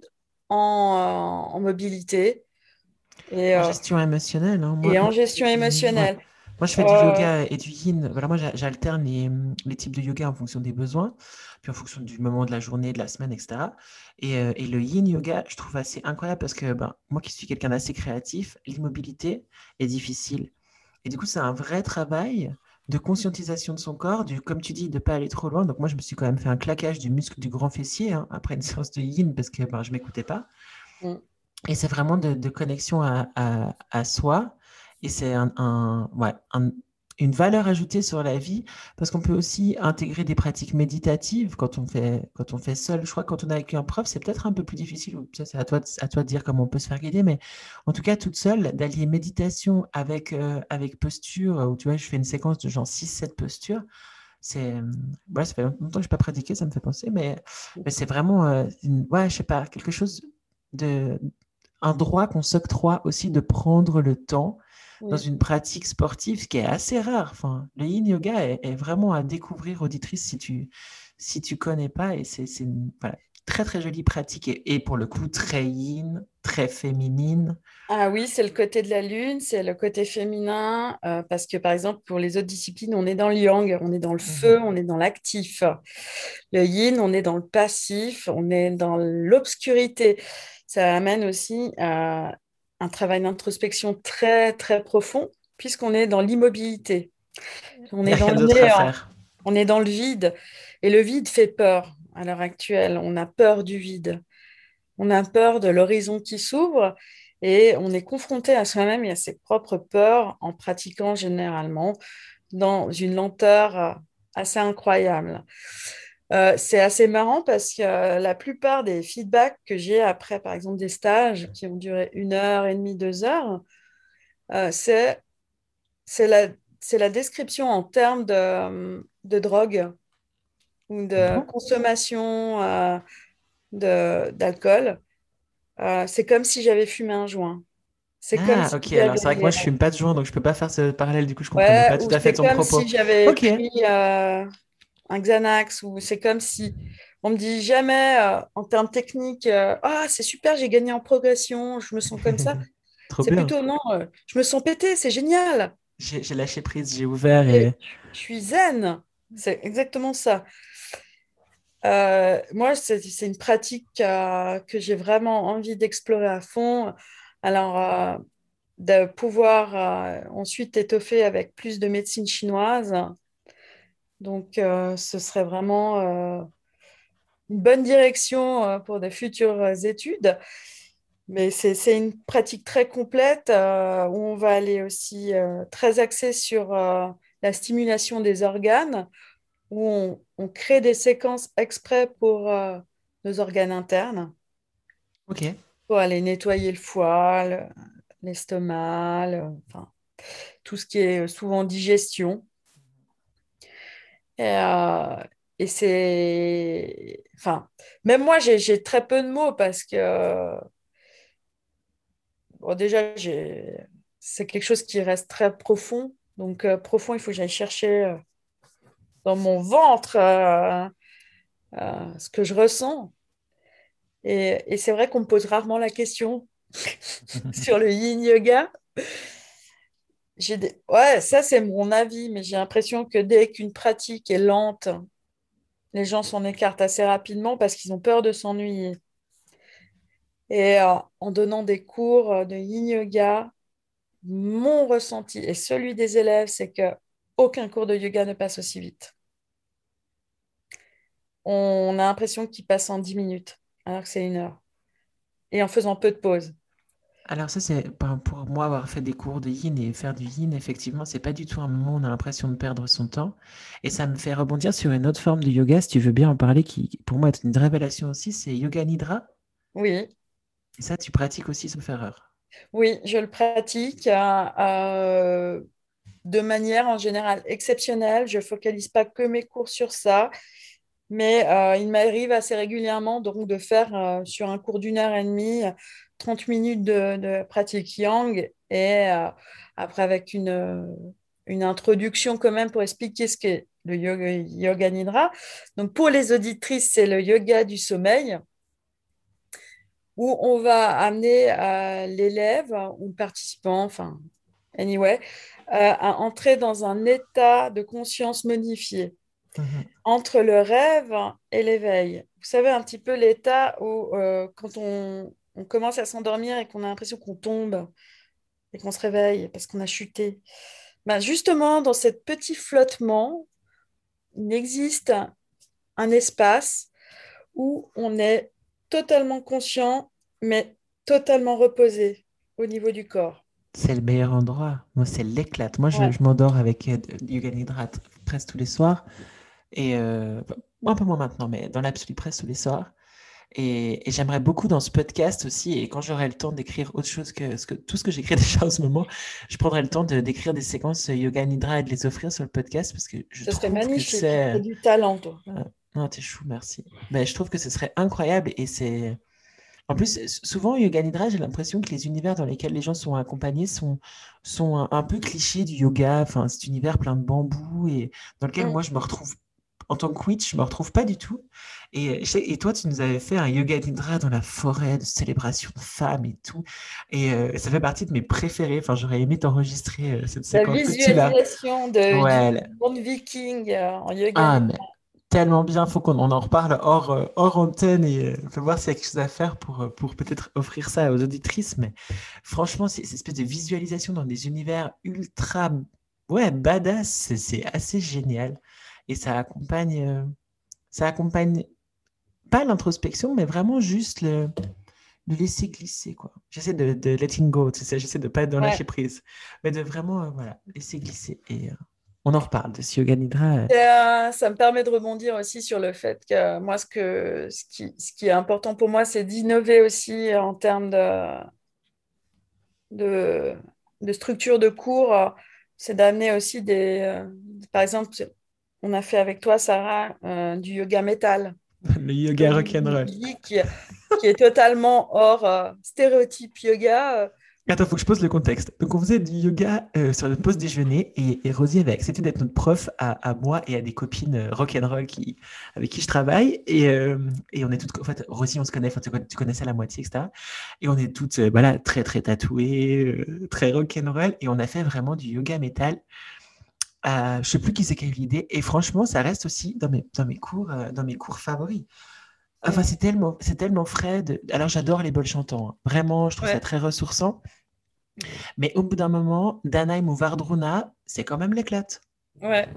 en, en mobilité et, En euh, gestion émotionnelle, hein. Moi, et en moi, je fais gestion du, ouais. émotionnelle. Moi, je fais du Euh, yoga et du yin. Voilà, moi, j'a- j'alterne les, les types de yoga en fonction des besoins, puis en fonction du moment de la journée, de la semaine, et cetera. Et, euh, et le yin yoga, je trouve assez incroyable parce que ben, moi qui suis quelqu'un d'assez créatif, l'immobilité est difficile. Et du coup, c'est un vrai travail de conscientisation de son corps, du, comme tu dis, de ne pas aller trop loin. Donc moi, je me suis quand même fait un claquage du muscle du grand fessier hein, après une séance de yin parce que ben, je ne m'écoutais pas. mm, Et c'est vraiment de, de connexion à, à, à soi. Et c'est un, un- ouais, un- une valeur ajoutée sur la vie parce qu'on peut aussi intégrer des pratiques méditatives quand on fait, quand on fait seul. Je crois que quand on est avec un prof, c'est peut-être un peu plus difficile. ou Ça, c'est à toi, de- à toi de dire comment on peut se faire guider. Mais en tout cas, toute seule, d'allier méditation avec, euh, avec posture, où tu vois, je fais une séquence de genre six sept postures. C'est, euh, ouais, ça fait longtemps que je n'ai pas pratiqué, ça me fait penser, mais, mais c'est vraiment, euh, une- ouais, je sais pas, quelque chose de, un droit qu'on s'octroie aussi de prendre le temps dans oui. une pratique sportive, ce qui est assez rare. Enfin, le yin yoga est, est vraiment à découvrir, auditrice, si tu si tu connais pas. Et c'est c'est une voilà, très très jolie pratique et, et pour le coup très yin, très féminine. Ah oui, c'est le côté de la lune, c'est le côté féminin, euh, parce que par exemple, pour les autres disciplines, on est dans le yang, on est dans le feu, Mhm. on est dans l'actif. Le yin, on est dans le passif, on est dans l'obscurité. Ça amène aussi à un travail d'introspection très, très profond, puisqu'on est dans l'immobilité. On Il n'y est a dans rien le d'autre à néant, faire. on est dans le vide. Et le vide fait peur à l'heure actuelle. On a peur du vide. On a peur de l'horizon qui s'ouvre et on est confronté à soi-même et à ses propres peurs en pratiquant généralement dans une lenteur euh, assez incroyable. Euh, c'est assez marrant parce que euh, la plupart des feedbacks que j'ai après, par exemple, des stages qui ont duré une heure et demie, deux heures, euh, c'est, c'est la, c'est la description en termes de, de drogue ou Ah de bon? consommation euh, de, d'alcool. Euh, c'est comme si j'avais fumé un joint. C'est comme Ah, si ok. Alors, c'est vrai que moi, j'avais, je fume pas de joint, donc je peux pas faire ce parallèle. Du coup, je comprenais ouais, pas tout ou à fait c'est ton comme propos. si j'avais Ok. pris euh, un Xanax, ou c'est comme si on me dit jamais euh, en termes techniques, euh, ah, c'est super, j'ai gagné en progression, je me sens comme ça. Trop C'est bien. plutôt non, euh, je me sens pété, c'est génial. J'ai j'ai lâché prise, j'ai ouvert Et et... je suis zen. C'est exactement ça. Euh, moi, c'est c'est une pratique euh, que j'ai vraiment envie d'explorer à fond. Alors, euh, de pouvoir euh, ensuite étoffer avec plus de médecine chinoise. Donc, euh, ce serait vraiment euh, une bonne direction euh, pour de futures euh, études. Mais c'est, c'est une pratique très complète euh, où on va aller aussi euh, très axé sur euh, la stimulation des organes, où on, on crée des séquences exprès pour euh, nos organes internes, Ok. pour aller nettoyer le foie, le- l'estomac, le- enfin, tout ce qui est souvent digestion. Et, euh, et c'est... Enfin, même moi, j'ai j'ai très peu de mots parce que, euh, bon, déjà, j'ai... c'est quelque chose qui reste très profond. Donc, euh, profond, il faut que j'aille chercher euh, dans mon ventre euh, euh, ce que je ressens. Et, et c'est vrai qu'on me pose rarement la question sur le yin yoga. J'ai des... Ouais, ça, c'est mon avis, mais j'ai l'impression que dès qu'une pratique est lente, les gens s'en écartent assez rapidement parce qu'ils ont peur de s'ennuyer. Et euh, en donnant des cours euh, de yin yoga, mon ressenti et celui des élèves, c'est que aucun cours de yoga ne passe aussi vite. On a l'impression qu'il passe en dix minutes, alors que c'est une heure. Et en faisant peu de pauses. Alors ça, c'est par- pour moi avoir fait des cours de yin et faire du yin, effectivement, c'est pas du tout un moment où on a l'impression de perdre son temps. Et ça me fait rebondir sur une autre forme de yoga, si tu veux bien en parler, qui qui, pour moi est une révélation aussi, c'est Yoga Nidra. Oui, Et ça, tu pratiques aussi sauf erreur. oui, je le pratique euh, euh, de manière en général exceptionnelle. Je ne focalise pas que mes cours sur ça, mais euh, il m'arrive assez régulièrement donc de faire euh, sur un cours d'une heure et demie, trente minutes de, de pratique yang et euh, après avec une, euh, une introduction quand même pour expliquer ce qu'est le yoga, yoga nidra. Donc pour les auditrices, c'est le yoga du sommeil où on va amener euh, l'élève ou le participant, enfin, anyway, euh, à entrer dans un état de conscience modifié Mhm. entre le rêve et l'éveil. Vous savez, un petit peu l'état où, euh, quand on, on commence à s'endormir et qu'on a l'impression qu'on tombe et qu'on se réveille parce qu'on a chuté. Ben justement, dans ce petit flottement, il existe un espace où on est totalement conscient, mais totalement reposé au niveau du corps. C'est le meilleur endroit. Moi, c'est l'éclate. Moi, je, Ouais. je m'endors avec euh, du Yoga Nidra t- presque tous les soirs. Et euh, un peu moins maintenant, mais dans l'absolu, presque tous les soirs. Et, et j'aimerais beaucoup dans ce podcast aussi, et quand j'aurai le temps d'écrire autre chose que, ce que tout ce que j'écris déjà en ce moment, je prendrai le temps de d'écrire des séquences Yoga Nidra et de les offrir sur le podcast parce que je Ce serait trouve que magnifique. Tu as c'est... du talent, toi. Ah, non, t'es chou, merci. Mais je trouve que ce serait incroyable et c'est... En plus, s- souvent, Yoga Nidra, j'ai l'impression que les univers dans lesquels les gens sont accompagnés sont, sont un, un peu clichés du yoga. Enfin, cet univers plein de bambou et dans lequel Mm. moi, je me retrouve, en tant que witch, je me retrouve pas du tout. Et, je sais- et toi, tu nous avais fait un Yoga Nidra dans la forêt de célébration de femmes et tout. Et euh, ça fait partie de mes préférés. Enfin, j'aurais aimé t'enregistrer euh, cette La séquence petit-là. visualisation de, Ouais, du là. monde viking euh, en yoga. Ah, mais tellement bien, faut qu'on on en reparle hors, euh, hors antenne et euh, on peut voir s'il y a quelque chose à faire pour, euh, pour peut-être offrir ça aux auditrices. Mais franchement, c'est cette espèce de visualisation dans des univers ultra. ouais, badass, c'est c'est assez génial. Et ça accompagne, euh, ça accompagne pas l'introspection, mais vraiment juste le, le laisser glisser, quoi. J'essaie de, de letting go, tu sais, j'essaie de pas être dans Ouais. lâcher prise, mais de vraiment, euh, voilà, laisser glisser. Et euh, on en reparle de ce yoga nidra. euh. Et, euh, ça me permet de rebondir aussi sur le fait que euh, moi, ce que, ce qui, ce qui est important pour moi, c'est d'innover aussi en termes de, de, de structure de cours. euh, C'est d'amener aussi des... euh, par exemple, on a fait avec toi, Sarah, euh, du yoga métal. Le yoga Donc, une rock'n'roll. musique qui, qui est totalement hors euh, stéréotype yoga. euh. Attends, faut que je pose le contexte. Donc, on faisait du yoga euh, sur le pause déjeuner et, et Rosie avait accepté d'être notre prof à, à moi et à des copines euh, rock'n'roll qui, avec qui je travaille. Et, euh, et on est toutes, en fait, Rosie, on se connaît, enfin, tu, tu connaissais la moitié, et cetera. Et on est toutes, euh, voilà, très, très tatouées, euh, très rock'n'roll. Et on a fait vraiment du yoga métal. Euh, je sais plus qui c'est qui a eu l'idée. Et franchement, ça reste aussi dans mes, dans mes cours, euh, dans mes cours favoris. Enfin, Mm. c'est tellement, c'est tellement frais. de- Alors, j'adore les bols chantants, hein. Vraiment, je trouve ça Ouais, très ressourçant. Mais au bout d'un moment, Danheim ou Vardruna, c'est quand même l'éclate. ouais,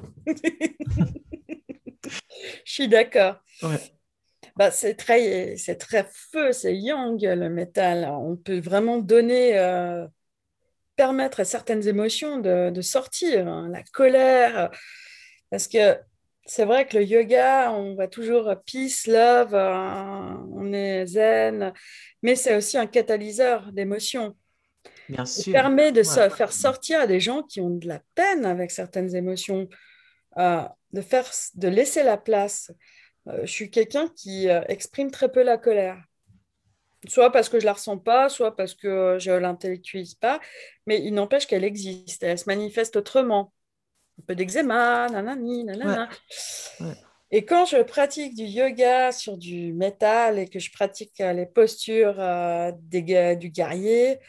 je suis d'accord. Ouais, Bah, c'est très, c'est très feu, c'est yang le métal. On peut vraiment donner, euh, permettre à certaines émotions de, de sortir, hein. La colère, parce que c'est vrai que le yoga, on va toujours peace, love, euh, on est zen, mais c'est aussi un catalyseur d'émotions. bien Il sûr. permet de Ouais. se faire sortir à des gens qui ont de la peine avec certaines émotions, euh, de faire, de laisser la place. Euh, je suis quelqu'un qui euh, exprime très peu la colère. Soit parce que je la ressens pas, soit parce que je l'intellectualise pas, mais il n'empêche qu'elle existe, elle se manifeste autrement. Un peu d'eczéma, nanani, Ouais, nanana. ouais. Et quand je pratique du yoga sur du métal et que je pratique euh, les postures euh, des gu- du guerrier,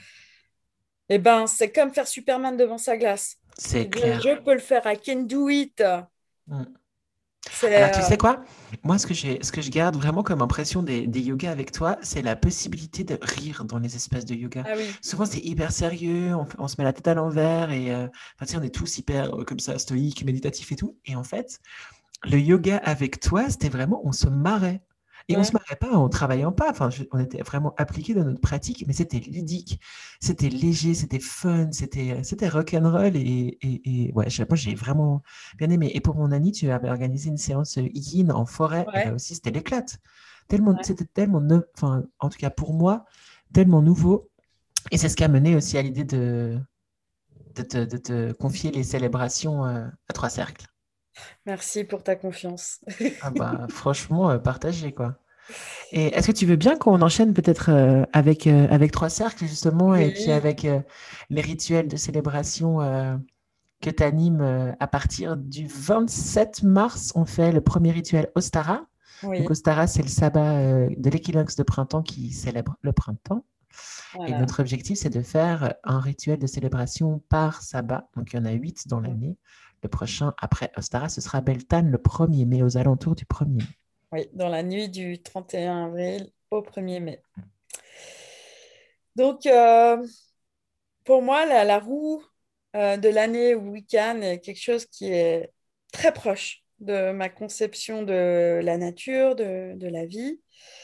eh ben, c'est comme faire Superman devant sa glace. C'est Je, clair. je peux le faire, I can do it. Mm. Alors, C'est tu euh, sais quoi? Moi, ce que j'ai, ce que je garde vraiment comme impression des, des yogas avec toi, c'est la possibilité de rire dans les espaces de yoga. Ah oui, Souvent, c'est hyper sérieux, on, on se met la tête à l'envers et euh, enfin, tu sais, on est tous hyper euh, comme ça, stoïques, méditatifs et tout. Et en fait, le yoga avec toi, c'était vraiment, on se marrait. Et on se ouais, marrait pas en travaillant pas. Enfin, je- on était vraiment appliqués dans notre pratique, mais c'était ludique, c'était léger, c'était fun, c'était euh, c'était rock'n'roll et, et, et ouais, je- moi j'ai vraiment bien aimé. Et pour mon ami, tu avais organisé une séance euh, yin en forêt, et là ouais, aussi c'était l'éclate. Tellement, ouais. c'était tellement neuf, enfin, en tout cas pour moi, tellement nouveau. Et c'est ce qui a mené aussi à l'idée de, de te, de te confier les célébrations euh, à trois cercles. Merci pour ta confiance. Ah bah franchement, euh, partagé quoi. Et est-ce que tu veux bien qu'on enchaîne peut-être euh, avec, euh, avec trois cercles justement et puis Oui, avec euh, les rituels de célébration euh, que tu animes à partir du vingt-sept mars, on fait le premier rituel Ostara. Donc oui, Ostara, c'est le sabbat euh, de l'équinoxe de printemps qui célèbre le printemps. Et voilà. notre objectif, c'est de faire un rituel de célébration par sabbat. Donc il y en a huit dans l'année. Le prochain, après Ostara, ce sera Beltane le premier mai, aux alentours du premier mai. Oui, dans la nuit du trente et un avril au premier mai. Donc, euh, pour moi, la, la roue euh, de l'année Wiccan est quelque chose qui est très proche de ma conception de la nature, de, de la vie.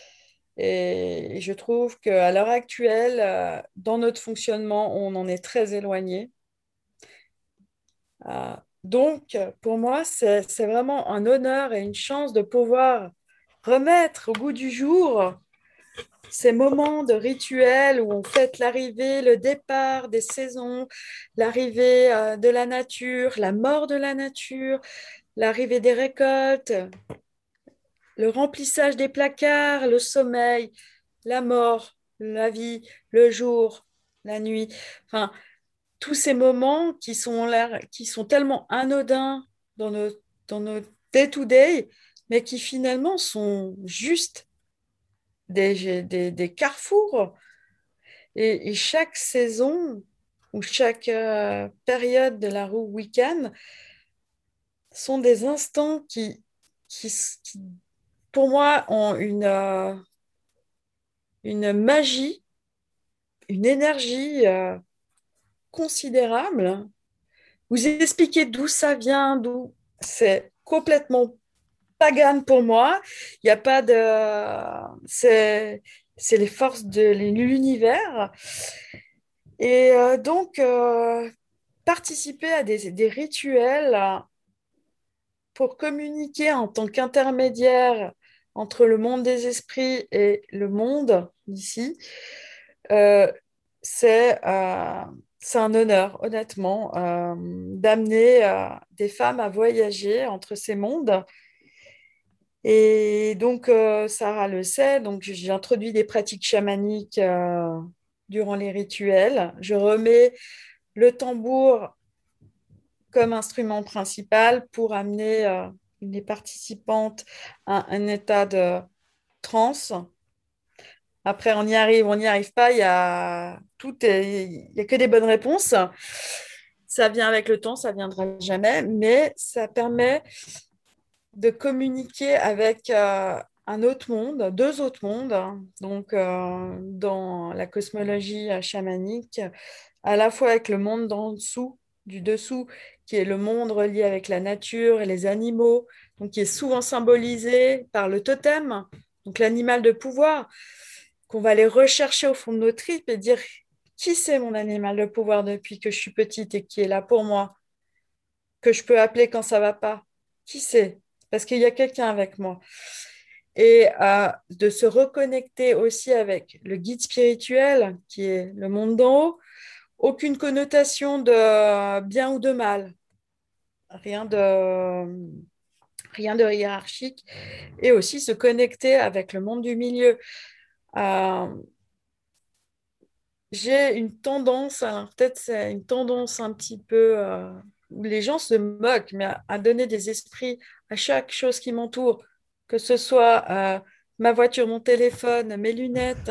Et, je trouve qu'à l'heure actuelle, euh, dans notre fonctionnement, on en est très éloigné. Euh, donc, pour moi, c'est, c'est vraiment un honneur et une chance de pouvoir remettre au goût du jour ces moments de rituel où on fête l'arrivée, le départ des saisons, l'arrivée euh, de la nature, la mort de la nature, l'arrivée des récoltes, le remplissage des placards, le sommeil, la mort, la vie, le jour, la nuit. Enfin, tous ces moments qui sont, l'air- qui sont tellement anodins dans nos, dans nos day-to-day, mais qui finalement sont juste des, des, des carrefours. Et, et chaque saison ou chaque euh, période de la roue week-end sont des instants qui, qui, qui, pour moi, ont une, euh, une magie, une énergie euh, considérable Vous expliquer d'où ça vient, d'où c'est complètement pagan pour moi. Il n'y a pas de... C'est, c'est les forces de l'univers. Et euh, donc, euh, participer à des, des rituels pour communiquer en tant qu'intermédiaire entre le monde des esprits et le monde d'ici, euh, c'est euh, c'est un honneur, honnêtement, euh, d'amener euh, des femmes à voyager entre ces mondes. Et donc, euh, Sarah le sait, donc j'ai introduit des pratiques chamaniques euh, durant les rituels. Je remets le tambour comme instrument principal pour amener euh, les participantes à un état de transe. Après, on y arrive, on n'y arrive pas, il y a tout est- il y a que des bonnes réponses. Ça vient avec le temps, ça viendra jamais, mais ça permet de communiquer avec euh, un autre monde, deux autres mondes, hein. Donc, euh, dans la cosmologie euh, chamanique, à la fois avec le monde d'en dessous, du dessous, qui est le monde relié avec la nature et les animaux, donc qui est souvent symbolisé par le totem, donc l'animal de pouvoir, qu'on va aller rechercher au fond de nos tripes et dire qui c'est mon animal de pouvoir depuis que je suis petite et qui est là pour moi, que je peux appeler quand ça va pas. Qui c'est? Parce qu'il y a quelqu'un avec moi. Et euh, de se reconnecter aussi avec le guide spirituel, qui est le monde d'en haut, aucune connotation de bien ou de mal, rien de, rien de hiérarchique, et aussi se connecter avec le monde du milieu. Euh, j'ai une tendance, alors peut-être c'est une tendance un petit peu euh, où les gens se moquent, mais à, à donner des esprits à chaque chose qui m'entoure, que ce soit euh, ma voiture, mon téléphone, mes lunettes,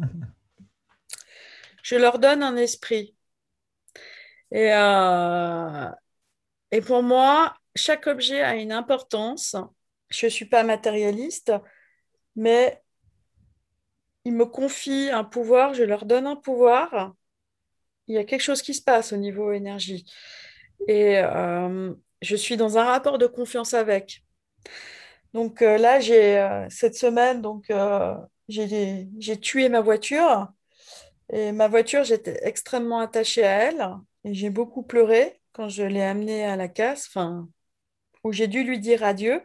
je leur donne un esprit. Et, euh, et pour moi, chaque objet a une importance. Je ne suis pas matérialiste, mais ils me confient un pouvoir, je leur donne un pouvoir. Il y a quelque chose qui se passe au niveau énergie. Et euh, je suis dans un rapport de confiance avec. Donc euh, là, j'ai euh, cette semaine, donc euh, j'ai j'ai tué ma voiture. Et ma voiture, j'étais extrêmement attachée à elle. Et j'ai beaucoup pleuré quand je l'ai amenée à la casse, enfin, où j'ai dû lui dire adieu.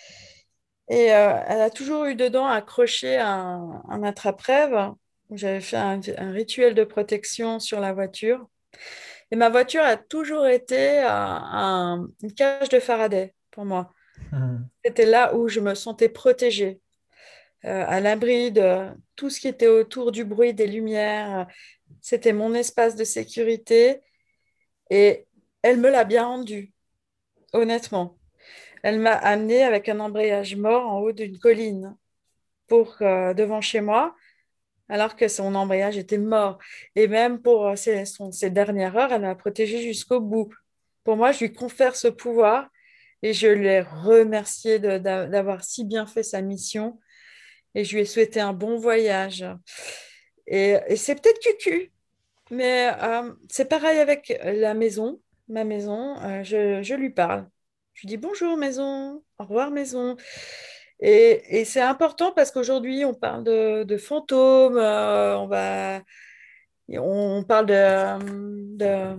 Et euh, elle a toujours eu dedans accroché un, un attrape-rêve où j'avais fait un, un rituel de protection sur la voiture. Et ma voiture a toujours été euh, un- une cage de Faraday pour moi. C'était là où je me sentais protégée, euh, à l'abri de tout ce qui était autour du bruit, des lumières. C'était mon espace de sécurité et elle me l'a bien rendu, honnêtement. Elle m'a amenée avec un embrayage mort en haut d'une colline pour euh, devant chez moi, alors que son embrayage était mort. Et même pour euh, ses, son- ses dernières heures, elle m'a protégée jusqu'au bout. Pour moi, je lui confère ce pouvoir et je l'ai remercié de- d'a- d'avoir si bien fait sa mission et je lui ai souhaité un bon voyage. Et, et c'est peut-être cucu, mais euh, c'est pareil avec la maison. Ma maison, euh, je, je lui parle. Je lui dis bonjour maison, au revoir maison. Et, et c'est important parce qu'aujourd'hui, on parle de, de fantômes, euh, on va, on parle de, de,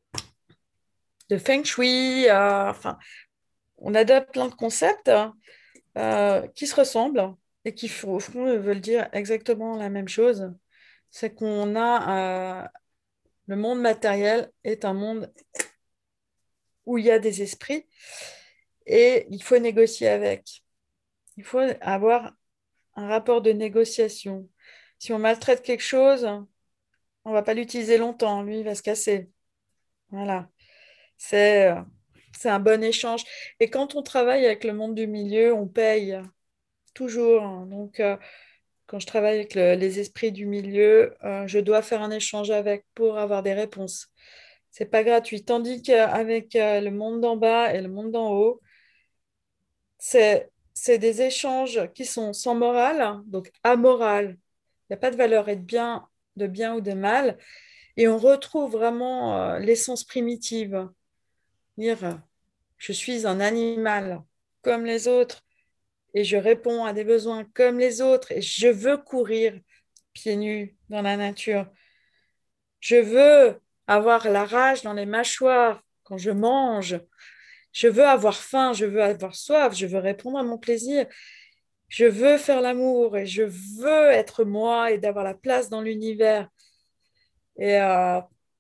de feng shui, euh, enfin, on adopte plein de concepts euh, qui se ressemblent et qui, au fond, veulent dire exactement la même chose. C'est qu'on a, euh, le monde matériel est un monde où il y a des esprits et il faut négocier avec. Il faut avoir un rapport de négociation. Si on maltraite quelque chose, on va pas l'utiliser longtemps, lui, il va se casser. Voilà. C'est euh, c'est un bon échange. Et quand on travaille avec le monde du milieu, on paye toujours, hein. Donc, euh, quand je travaille avec le- les esprits du milieu, euh, je dois faire un échange avec pour avoir des réponses. C'est pas gratuit. Tandis qu'avec euh, le monde d'en bas et le monde d'en haut, c'est c'est des échanges qui sont sans morale, hein, donc amoral. Il n'y a pas de valeur et de bien, de bien ou de mal. Et on retrouve vraiment euh, l'essence primitive. dire, euh, je suis un animal comme les autres et je réponds à des besoins comme les autres et je veux courir pieds nus dans la nature. Je veux avoir la rage dans les mâchoires quand je mange. Je veux avoir faim, je veux avoir soif, je veux répondre à mon plaisir. Je veux faire l'amour et je veux être moi et d'avoir la place dans l'univers. Et euh,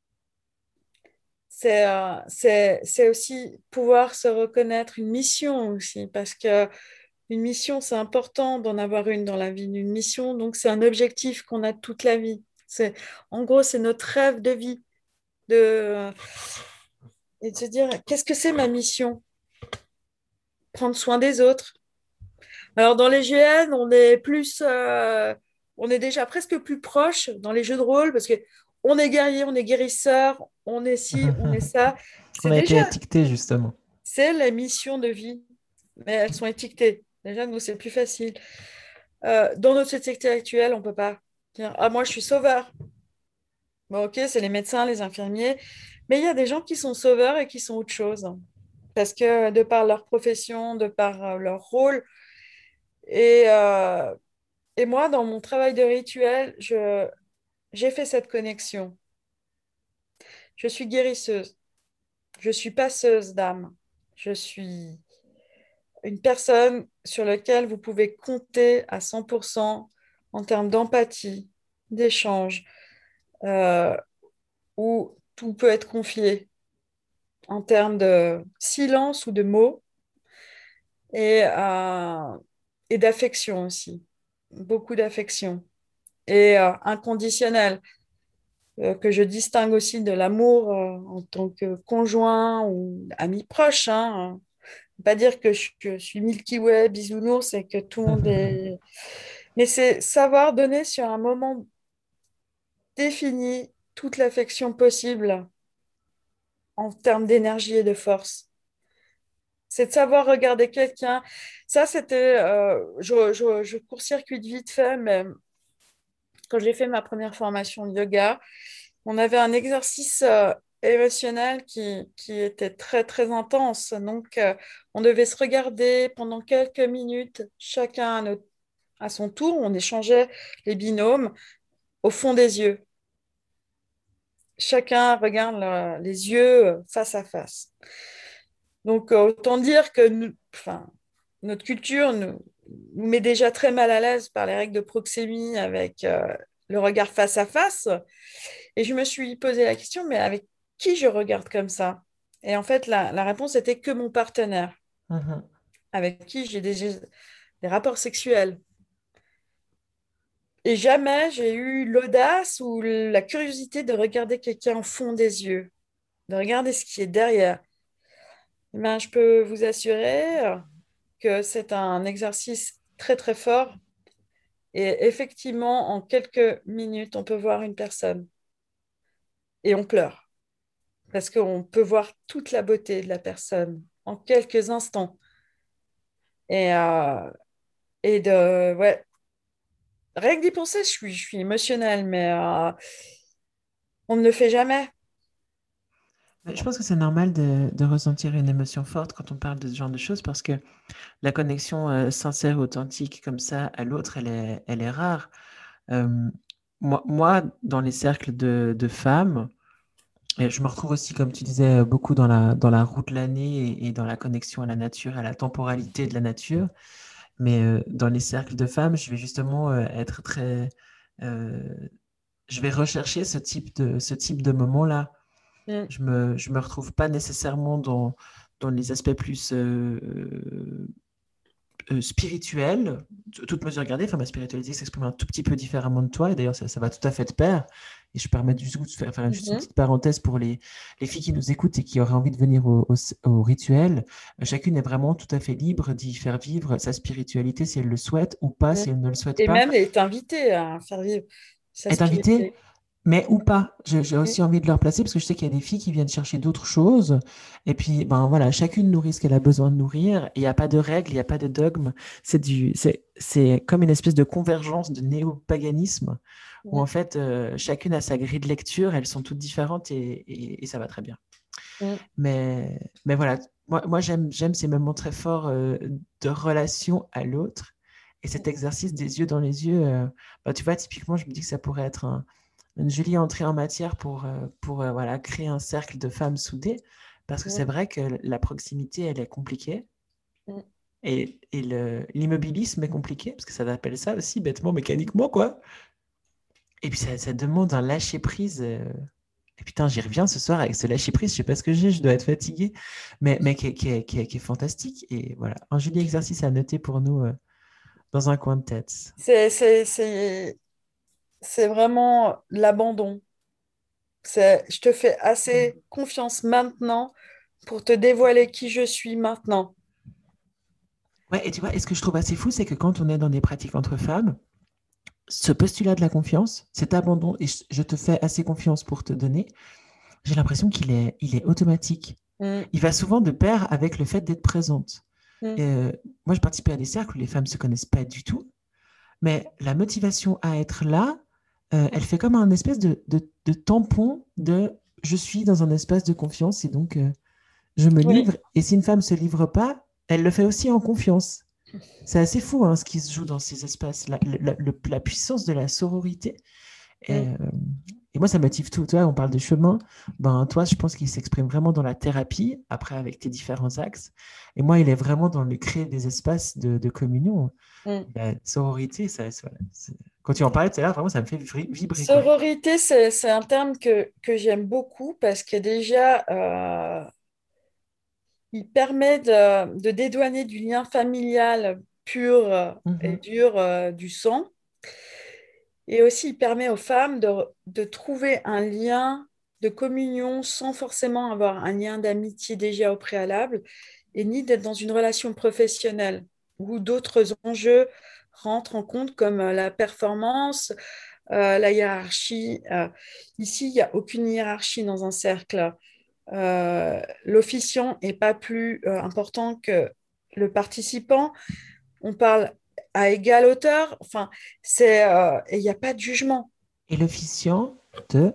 c'est, euh, c'est, c'est aussi pouvoir se reconnaître une mission aussi, parce que une mission, c'est important d'en avoir une dans la vie. Une mission, donc c'est un objectif qu'on a toute la vie. C'est, en gros, c'est notre rêve de vie, de, et de se dire, qu'est-ce que c'est ma mission? Prendre soin des autres. Alors, dans les G N, on est plus, euh, on est déjà presque plus proche dans les jeux de rôle parce que on est guerrier, on est guérisseur, on est ci, on est ça. Parce C'est qu'on a déjà, été étiquetés, justement. c'est les missions de vie, mais elles sont étiquetées. Déjà, nous, c'est plus facile. Euh, dans notre société actuelle, on peut pas dire, ah, moi, je suis sauveur. Bon, ok, c'est les médecins, les infirmiers, mais il y a des gens qui sont sauveurs et qui sont autre chose. Parce que de par leur profession, de par euh, leur rôle, et, euh, et moi, dans mon travail de rituel, je, j'ai fait cette connexion. Je suis guérisseuse, je suis passeuse d'âme, je suis une personne sur laquelle vous pouvez compter à cent pour cent en termes d'empathie, d'échange, euh, où tout peut être confié en termes de silence ou de mots et, euh, et d'affection aussi, beaucoup d'affection et euh, inconditionnel, euh, que je distingue aussi de l'amour euh, en tant que conjoint ou ami proche. Hein. Pas dire que je, que je suis Milky Way, bisounours et que tout le monde est... Mais c'est savoir donner sur un moment défini toute l'affection possible en termes d'énergie et de force. C'est de savoir regarder quelqu'un. Ça, c'était... euh, je, je, je court-circuite vite fait, mais quand j'ai fait ma première formation de yoga, on avait un exercice euh, émotionnel qui, qui était très, très intense. Donc, euh, on devait se regarder pendant quelques minutes, chacun à, notre- à son tour. On échangeait les binômes au fond des yeux. Chacun regarde le- les yeux euh, face à face. Donc, euh, autant dire que nous- enfin, notre culture nous, nous met déjà très mal à l'aise par les règles de proxémie avec euh, le regard face à face. Et je me suis posé la question, mais avec qui je regarde comme ça? Et en fait, la, la réponse était que mon partenaire, Mhm. avec qui j'ai des, des rapports sexuels. Et jamais j'ai eu l'audace ou la curiosité de regarder quelqu'un au fond des yeux, de regarder ce qui est derrière. Eh ben, je peux vous assurer euh, que c'est un exercice très, très fort. Et effectivement, en quelques minutes, on peut voir une personne et on pleure parce qu'on peut voir toute la beauté de la personne en quelques instants. Et, euh, et de, ouais, rien que d'y penser, je suis, je suis émotionnelle, mais euh, on ne le fait jamais. Mais je pense que c'est normal de, de ressentir une émotion forte quand on parle de ce genre de choses parce que la connexion euh, sincère, authentique comme ça à l'autre, elle est, elle est rare. Euh, moi, moi, dans les cercles de, de femmes, et je me retrouve aussi, comme tu disais, beaucoup dans la, dans la roue de l'année et, et dans la connexion à la nature, à la temporalité de la nature. Mais euh, dans les cercles de femmes, je vais justement euh, être très... euh, je vais rechercher ce type de, ce type de moment-là. Mm. Je me, je me retrouve pas nécessairement dans, dans les aspects plus euh, euh, spirituels, t- toute mesure gardée. Enfin, ma spiritualité s'exprime un tout petit peu différemment de toi, et d'ailleurs, ça, ça va tout à fait de pair. Et je permets du coup de faire, faire juste une Mhm. petite parenthèse pour les, les filles qui nous écoutent et qui auraient envie de venir au, au, au rituel. Euh, Chacune est vraiment tout à fait libre d'y faire vivre sa spiritualité si elle le souhaite ou pas, Mm. si elle ne le souhaite Et pas. même est invité à faire vivre sa Est invitée, spiritualité. mais ou pas. Je- J'ai Mm. aussi envie de leur placer parce que je sais qu'il y a des filles qui viennent chercher d'autres choses. Et puis, ben voilà, chacune nourrit ce qu'elle a besoin de nourrir. Il n'y a pas de règles, il n'y a pas de dogme. C'est du, c'est, c'est comme une espèce de convergence de néopaganisme où Mm. en fait, euh, chacune a sa grille de lecture. Elles sont toutes différentes et, et- et ça va très bien. Mm. Mais, mais voilà, moi, moi j'aime, j'aime ces moments très forts euh, de relation à l'autre. Et cet exercice des yeux dans les yeux, euh, bah, tu vois, typiquement, je me dis que ça pourrait être un- une jolie entrée en matière pour, euh, pour euh, voilà, créer un cercle de femmes soudées. Parce que c'est Mm. vrai que la proximité, elle est compliquée. Mm. Et, et le- l'immobilisme est compliqué, parce que ça s'appelle ça aussi, bêtement, mécaniquement, quoi. Et puis ça, ça demande un lâcher-prise. euh, Et putain, j'y reviens ce soir avec ce lâcher-prise, je sais pas ce que j'ai, je dois être fatigué, mais, mais qui est, qui est- qui est- qui est fantastique. Et voilà, un joli exercice à noter pour nous euh, dans un coin de tête. C'est, c'est, c'est, c'est vraiment l'abandon. C'est, je te fais assez confiance maintenant pour te dévoiler qui je suis maintenant. Ouais, et tu vois, et ce que je trouve assez fou, c'est que quand on est dans des pratiques entre femmes, ce postulat de la confiance, cet abandon, et je, je te fais assez confiance pour te donner, j'ai l'impression qu'il est, il est automatique. Mm. Il va souvent de pair avec le fait d'être présente. Mm. Euh, Moi, je participais à des cercles où les femmes ne se connaissent pas du tout, mais la motivation à être là, euh, elle fait comme un espèce de, de, de tampon de je suis dans un espace de confiance et donc euh, je me Oui, livre. Et si une femme ne se livre pas, elle le fait aussi en confiance. C'est assez fou hein, ce qui se joue dans ces espaces, la, la, le- la puissance de la sororité. Et, mm. euh, et moi, ça motive tout. Toi, on parle de chemin. Ben, toi, je pense qu'il s'exprime vraiment dans la thérapie, après avec tes différents axes. Et moi, il est vraiment dans le créer des espaces de, de communion. Mm. La sororité, ça, ça- c'est- quand tu en parlais tout à l'heure, vraiment, ça me fait vri- vibrer, quoi. Sororité, c'est, c'est un terme que, que j'aime beaucoup parce que déjà, euh, il permet de, de dédouaner du lien familial pur euh, et Mhm. dur euh, du sang. Et aussi, il permet aux femmes de, de trouver un lien de communion sans forcément avoir un lien d'amitié déjà au préalable et ni d'être dans une relation professionnelle où d'autres enjeux rentrent en compte comme euh, la performance, euh, la hiérarchie. Euh, ici, il n'y a aucune hiérarchie dans un cercle. Euh, L'officiant n'est pas plus euh, important que le participant. On parle à égale hauteur. Enfin, c'est, euh, et il n'y a pas de jugement. Et l'officiant, de,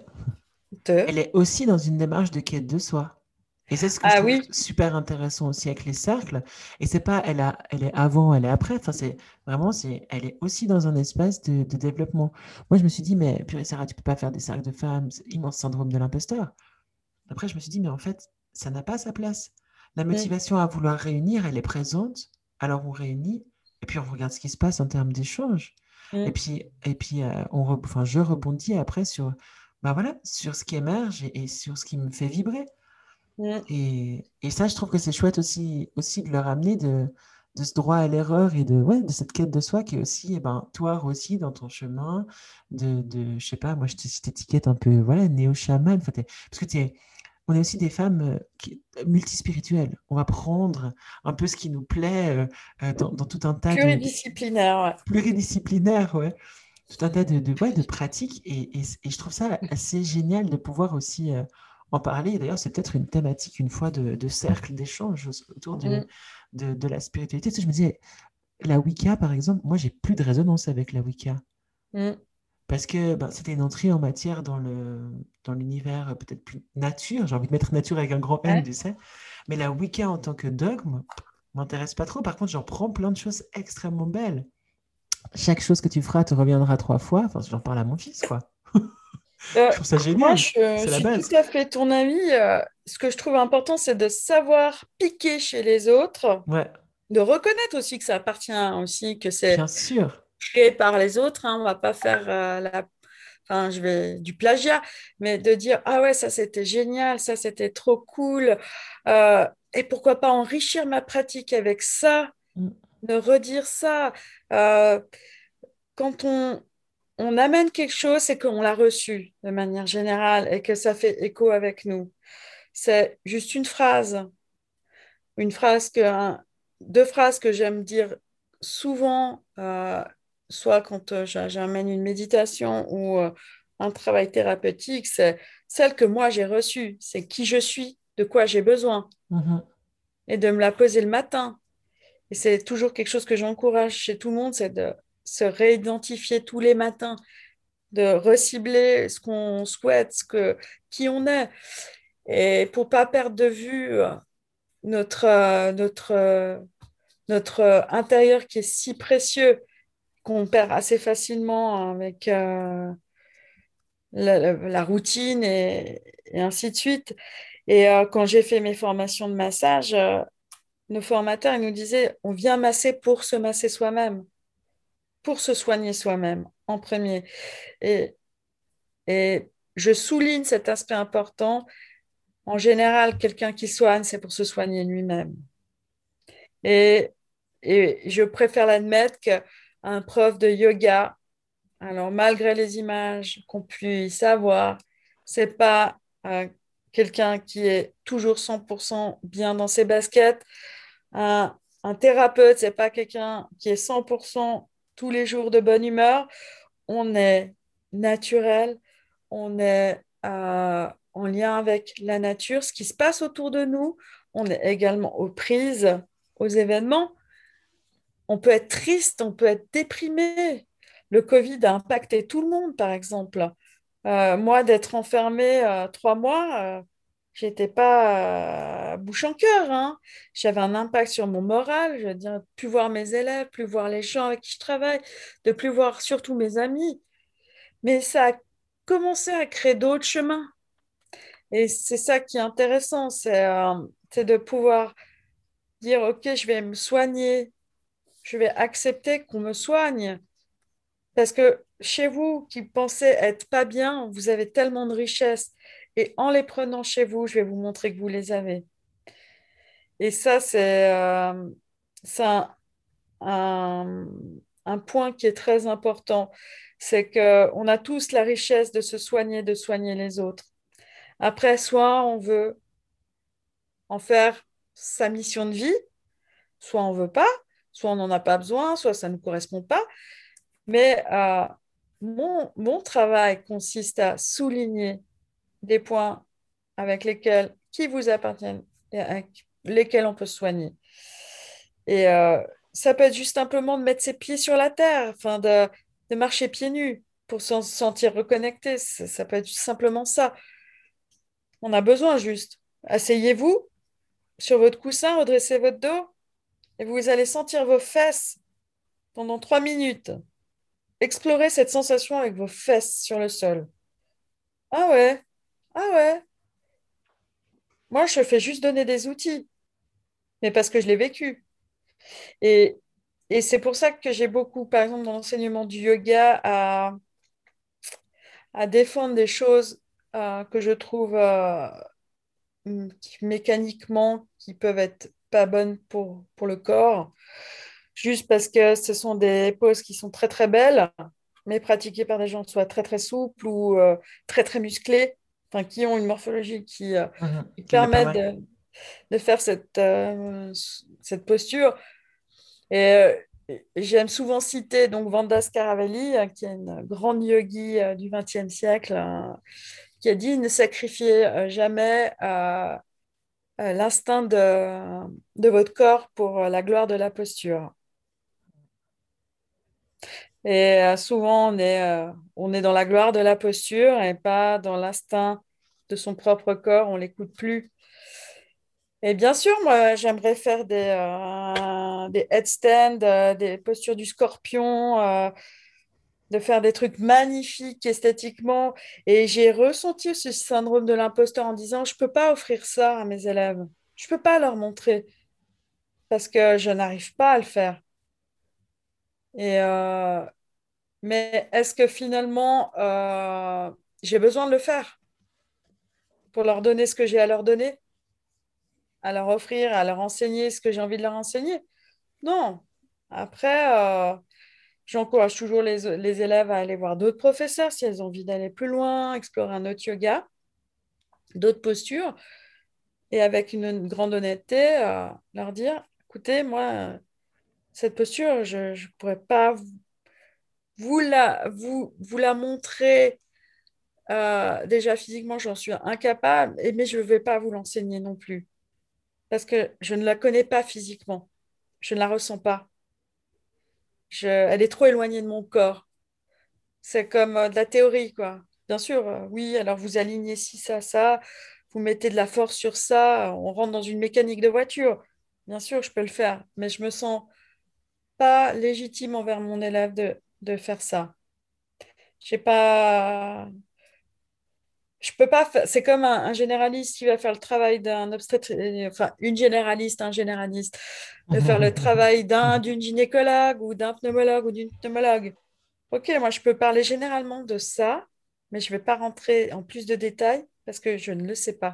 De... elle est aussi dans une démarche de quête de soi. Et c'est ce que je Ah trouve oui, super intéressant aussi avec les cercles. Et c'est pas, elle a, elle est avant, elle est après. Enfin, c'est vraiment, c'est, elle est aussi dans un espace de, de développement. Moi, je me suis dit, mais purée, Sarah, tu peux pas faire des cercles de femmes, c'est immense syndrome de l'imposteur. Après, je me suis dit, mais en fait, ça n'a pas sa place. La mm, motivation à vouloir réunir, elle est présente. Alors on réunit, et puis on regarde ce qui se passe en termes d'échange. Et mm, puis, et puis euh, on re- enfin, je rebondis après sur, bah voilà, sur ce qui émerge et, et sur ce qui me fait vibrer. mm. Et, et ça, je trouve que c'est chouette aussi, aussi de le ramener de, de ce droit à l'erreur et de, ouais, de cette quête de soi qui est aussi, eh ben, toi aussi dans ton chemin, de, de je sais pas, moi je te- je t'étiquette un peu, voilà, néo-chaman, enfin, t'es- parce que t'es, on est aussi des femmes euh, qui- multispirituelles. On va prendre un peu ce qui nous plaît euh, euh, dans, dans tout un tas de, de Pluridisciplinaire, ouais. pluridisciplinaires, ouais, tout un tas de, de, ouais, de pratiques. Et, et, et je trouve ça assez génial de pouvoir aussi euh, en parler. D'ailleurs, c'est peut-être une thématique une fois de, de cercle d'échange autour de, Mm, de, de la spiritualité. Tu sais, je me disais, la Wicca, par exemple, moi, j'ai plus de résonance avec la Wicca. mm. Parce que ben, c'était une entrée en matière dans le, dans l'univers euh, peut-être plus nature. J'ai envie de mettre nature avec un grand N, Ouais. tu sais. Mais la Wicca en tant que dogme m'intéresse pas trop. Par contre, j'en prends plein de choses extrêmement belles. Chaque chose que tu feras te reviendra trois fois. Enfin, j'en parle à mon fils, quoi. Euh, Je trouve ça Moi, génial. je C'est la suis tout base. à fait ton avis. Euh, ce que je trouve important, c'est de savoir piquer chez les autres, Ouais, de reconnaître aussi que ça appartient aussi, que c'est bien sûr. créé par les autres. Hein. On va pas faire euh, la, enfin, je vais du plagiat, mais de dire ah ouais, ça c'était génial, ça c'était trop cool. Euh, et pourquoi pas enrichir ma pratique avec ça, Mm, de redire ça. Euh, Quand on, on amène quelque chose, c'est qu'on l'a reçu de manière générale et que ça fait écho avec nous. C'est juste une phrase, une phrase que, un- deux phrases que j'aime dire souvent, euh, soit quand euh, j'a- j'amène une méditation ou euh, un travail thérapeutique, c'est celle que moi j'ai reçue, c'est qui je suis, de quoi j'ai besoin, mhm. et de me la poser le matin. Et c'est toujours quelque chose que j'encourage chez tout le monde, c'est de se réidentifier tous les matins, de recibler ce qu'on souhaite, ce que, qui on est. Et pour pas perdre de vue euh, notre, euh, notre, euh, notre euh, intérieur qui est si précieux, qu'on perd assez facilement avec euh, la, la- la routine et, et ainsi de suite. Et euh, quand j'ai fait mes formations de massage, euh, nos formateurs, ils nous disaient, on vient masser pour se masser soi-même, pour se soigner soi-même en premier. Et, et je souligne cet aspect important. En général, quelqu'un qui soigne, c'est pour se soigner lui-même. Et, et je préfère l'admettre qu'un prof de yoga, alors malgré les images qu'on puisse avoir, c'est pas euh, quelqu'un qui est toujours cent pour cent bien dans ses baskets. Un, un thérapeute, c'est pas quelqu'un qui est cent pour cent tous les jours de bonne humeur. On est naturel, on est euh, en lien avec la nature, ce qui se passe autour de nous. On est également aux prises, aux événements. On peut être triste, on peut être déprimé. Le Covid a impacté tout le monde, par exemple. Euh, moi, d'être enfermée euh, trois mois, euh, j'étais pas euh, bouche en cœur, hein. J'avais un impact sur mon moral. Je veux dire, plus voir mes élèves, plus voir les gens avec qui je travaille, de plus voir surtout mes amis. Mais ça a commencé à créer d'autres chemins. Et c'est ça qui est intéressant, c'est euh, c'est de pouvoir dire, OK, je vais me soigner, je vais accepter qu'on me soigne. Parce que chez vous qui pensez être pas bien, vous avez tellement de richesses. Et en les prenant chez vous, je vais vous montrer que vous les avez. Et ça, c'est euh, c'est un, un- un point qui est très important. C'est qu'on a tous la richesse de se soigner, de soigner les autres. Après, soit on veut en faire sa mission de vie, soit on veut pas, soit on n'en a pas besoin, soit ça ne nous correspond pas. Mais euh, mon, mon travail consiste à souligner des points avec lesquels, qui vous appartiennent et avec lesquels on peut se soigner. Et euh, ça peut être juste simplement de mettre ses pieds sur la terre, enfin de, de marcher pieds nus pour se sentir reconnecté. Ça, ça peut être simplement ça. On a besoin juste. Asseyez-vous sur votre coussin, redressez votre dos et vous allez sentir vos fesses pendant trois minutes. Explorez cette sensation avec vos fesses sur le sol. Ah ouais, ah ouais. Moi, je fais juste donner des outils, mais parce que je l'ai vécu. Et, et c'est pour ça que j'ai beaucoup, par exemple, dans l'enseignement du yoga, à, à défendre des choses euh, que je trouve euh, mm, qui- mécaniquement qui peuvent être pas bonnes pour, pour le corps, juste parce que ce sont des poses qui sont très très belles, mais pratiquées par des gens soit très très souples ou euh, très très musclés, enfin qui ont une morphologie qui, euh, Mhm. qui Qui le permettent permet. de, de faire cette, euh, cette posture. Et euh, j'aime souvent citer donc Vanda Scaravelli, euh, qui est une grande yogi euh, du vingtième siècle, euh, qui a dit ne sacrifiez euh, jamais euh, euh, l'instinct de, de votre corps pour euh, la gloire de la posture. Et euh, souvent, on est, euh, on est dans la gloire de la posture et pas dans l'instinct de son propre corps, on l'écoute plus. Et bien sûr, moi, j'aimerais faire des, euh, des headstands, euh, des postures du scorpion, euh, de faire des trucs magnifiques esthétiquement. Et j'ai ressenti ce syndrome de l'imposteur en disant, je ne peux pas offrir ça à mes élèves. Je ne peux pas leur montrer parce que je n'arrive pas à le faire. Et, euh, mais est-ce que finalement, euh, j'ai besoin de le faire pour leur donner ce que j'ai à leur donner, à leur offrir, à leur enseigner ce que j'ai envie de leur enseigner? Non. Après, euh, j'encourage toujours les, les élèves à aller voir d'autres professeurs si elles ont envie d'aller plus loin, explorer un autre yoga, d'autres postures, et avec une, une grande honnêteté, euh, leur dire, écoutez, moi, euh, cette posture, je ne pourrais pas vous, vous la, vous, vous la montrer. Euh, déjà physiquement, j'en suis incapable, et- mais je ne vais pas vous l'enseigner non plus, parce que je ne la connais pas physiquement, je ne la ressens pas. Je, elle est trop éloignée de mon corps. C'est comme euh, de la théorie, quoi. Bien sûr, euh, oui, alors vous alignez ci, ça, ça. vous mettez de la force sur ça, on rentre dans une mécanique de voiture. Bien sûr, je peux le faire, mais je me sens pas légitime envers mon élève de, de faire ça. Je sais pas, je peux pas faire, c'est comme un, un généraliste qui va faire le travail d'un obstétricien, enfin, une généraliste, un généraliste, de faire le travail d'un, d'une gynécologue ou d'un pneumologue ou d'une pneumologue. Ok, moi, je peux parler généralement de ça, mais je ne vais pas rentrer en plus de détails parce que je ne le sais pas.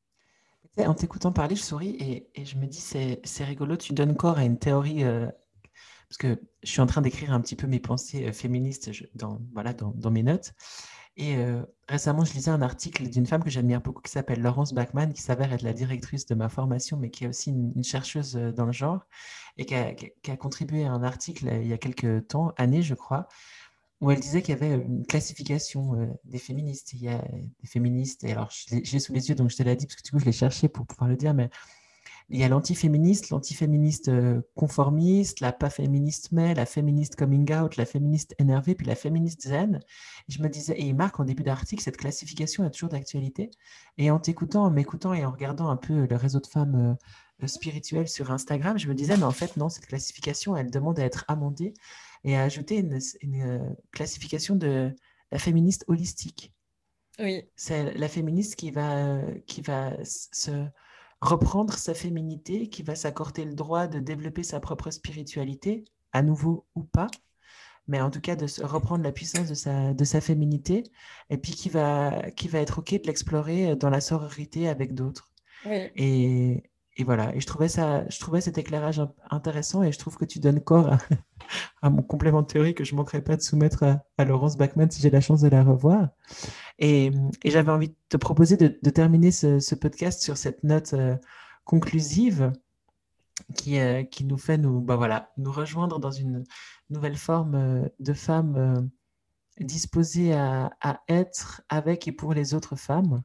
Tu sais, en t'écoutant parler, je souris et, et je me dis, c'est, c'est rigolo, tu donnes corps à une théorie, euh, parce que je suis en train d'écrire un petit peu mes pensées euh, féministes je- dans, voilà, dans, dans mes notes. Et euh, récemment, je lisais un article d'une femme que j'admire beaucoup qui s'appelle Laurence Bachmann, qui s'avère être la directrice de ma formation, mais qui est aussi une, une chercheuse euh, dans le genre, et qui a, qui a- qui a contribué à un article euh, il y a quelques temps, années, je crois, où elle disait qu'il y avait une classification euh, des féministes. Il y a des féministes, et alors je l'ai je l'ai sous les yeux, donc je te l'ai dit, parce que du coup, je l'ai cherché pour pouvoir le dire, mais il y a l'antiféministe, l'antiféministe euh, conformiste, la pas féministe mais, la féministe coming out, la féministe énervée, puis la féministe zen. Et je me disais, et il marque en début d'article, cette classification est toujours d'actualité. Et en t'écoutant, en m'écoutant et en regardant un peu le réseau de femmes euh, spirituelles sur Instagram, je me disais, mais en fait, non, cette classification, elle demande à être amendée et à ajouter une, une, euh, classification de la féministe holistique. Oui, C'est la féministe qui va, qui va se reprendre sa féminité, qui va s'accorder le droit de développer sa propre spiritualité, à nouveau ou pas, mais en tout cas de se reprendre la puissance de sa, de sa féminité, et puis qui va, qui va être OK de l'explorer dans la sororité avec d'autres. oui. Et, et voilà, et je trouvais ça, je trouvais cet éclairage intéressant, et je trouve que tu donnes corps à, à mon complément de théorie que je ne manquerai pas de soumettre à, à Laurence Bachmann si j'ai la chance de la revoir. Et, et j'avais envie de te proposer de, de terminer ce, ce podcast sur cette note euh, conclusive qui, euh, qui nous fait nous, bah voilà, nous rejoindre dans une nouvelle forme euh, de femmes euh, disposées à, à être avec et pour les autres femmes.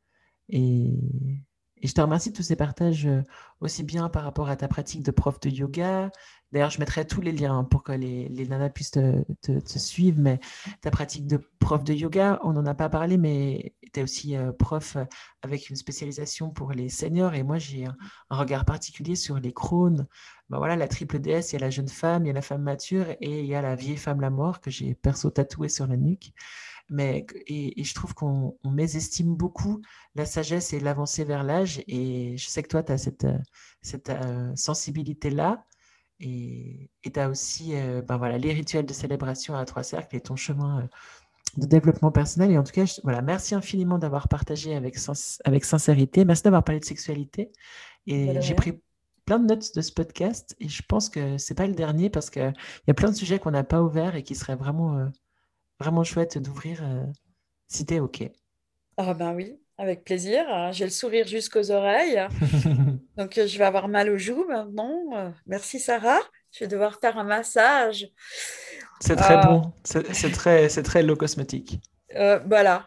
Et, et je te remercie de tous ces partages, euh, aussi bien par rapport à ta pratique de prof de yoga. D'ailleurs, je mettrai tous les liens hein, pour que les, les nanas puissent te, te- te suivre. Mais ta pratique de prof de yoga, on n'en a pas parlé, mais tu es aussi euh, prof euh, avec une spécialisation pour les seniors. Et moi, j'ai un, un regard particulier sur les crônes. Ben voilà, la triple déesse, il y a la jeune femme, il y a la femme mature et il y a la vieille femme la mort que j'ai perso tatouée sur la nuque. Mais, et, et je trouve qu'on on mésestime beaucoup la sagesse et l'avancée vers l'âge. Et je sais que toi, tu as cette, euh, cette euh, sensibilité-là. Et tu as aussi euh, ben voilà, les rituels de célébration à trois cercles et ton chemin euh, de développement personnel. Et en tout cas, je- voilà, merci infiniment d'avoir partagé avec, sens- avec sincérité. Merci d'avoir parlé de sexualité. Bah, de Et j'ai rien. pris plein de notes de ce podcast. Et je pense que c'est pas le dernier parce qu'il y a plein de sujets qu'on n'a pas ouverts et qui seraient vraiment, euh, vraiment chouettes d'ouvrir euh, si t'es OK. Ah ben oui, avec plaisir. Euh, J'ai le sourire jusqu'aux oreilles. Donc, euh, je vais avoir mal aux joues maintenant. Euh, Merci, Sarah. Je vais devoir faire un massage. C'est très Euh, bon, c'est c'est très, c'est très low cosmétique. euh, voilà.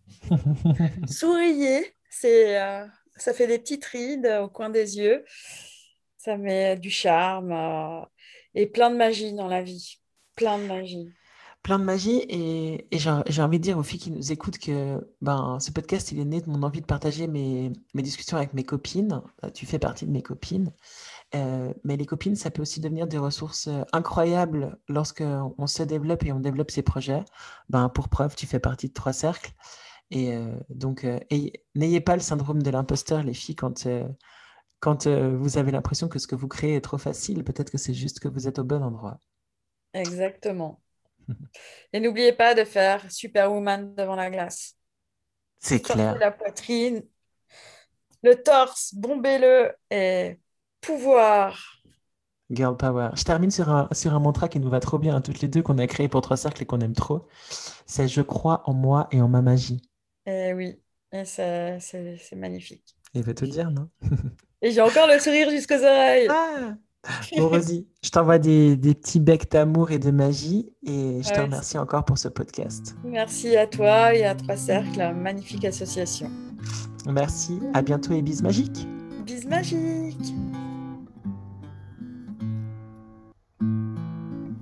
Souriez. C'est, euh, ça fait des petites rides au coin des yeux. Ça met du charme euh, et plein de magie dans la vie. Plein de magie. Plein de magie et, et j'ai j'ai envie de dire aux filles qui nous écoutent que ben, ce podcast, il est né de mon envie de partager mes, mes discussions avec mes copines. Euh, Tu fais partie de mes copines. Euh, mais les copines, ça peut aussi devenir des ressources euh, incroyables lorsque on se développe et on développe ses projets. Ben, pour preuve, tu fais partie de trois cercles. Et euh, donc, euh, ayez- n'ayez pas le syndrome de l'imposteur, les filles, quand, euh, quand euh, vous avez l'impression que ce que vous créez est trop facile. Peut-être que c'est juste que vous êtes au bon endroit. Exactement. Et n'oubliez pas de faire Superwoman devant la glace. C'est Sortez clair. la poitrine, le torse, bombez-le et pouvoir. Girl power. Je termine sur un, sur un mantra qui nous va trop bien à toutes les deux, qu'on a créé pour Trois Cercles et qu'on aime trop. C'est je crois en moi et en ma magie. Et oui, et c'est c'est- c'est magnifique. Il veut te dire, non? Et j'ai encore le sourire jusqu'aux oreilles. Ah! Bon, Rosie, je t'envoie des, des petits becs d'amour et de magie et je te Ouais, remercie encore pour ce podcast. merci à toi et à Trois Cercles, magnifique association. Merci, à bientôt et bis magiques! Bis magique.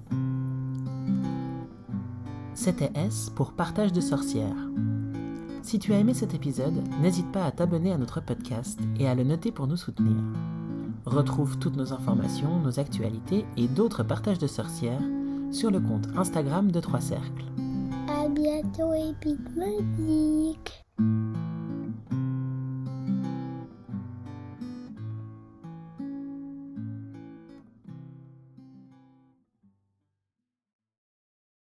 C'était S pour Partage de sorcières. Si tu as aimé cet épisode, n'hésite pas à t'abonner à notre podcast et à le noter pour nous soutenir. Retrouve toutes nos informations, nos actualités et d'autres partages de sorcières sur le compte Instagram de Trois Cercles. À bientôt et puis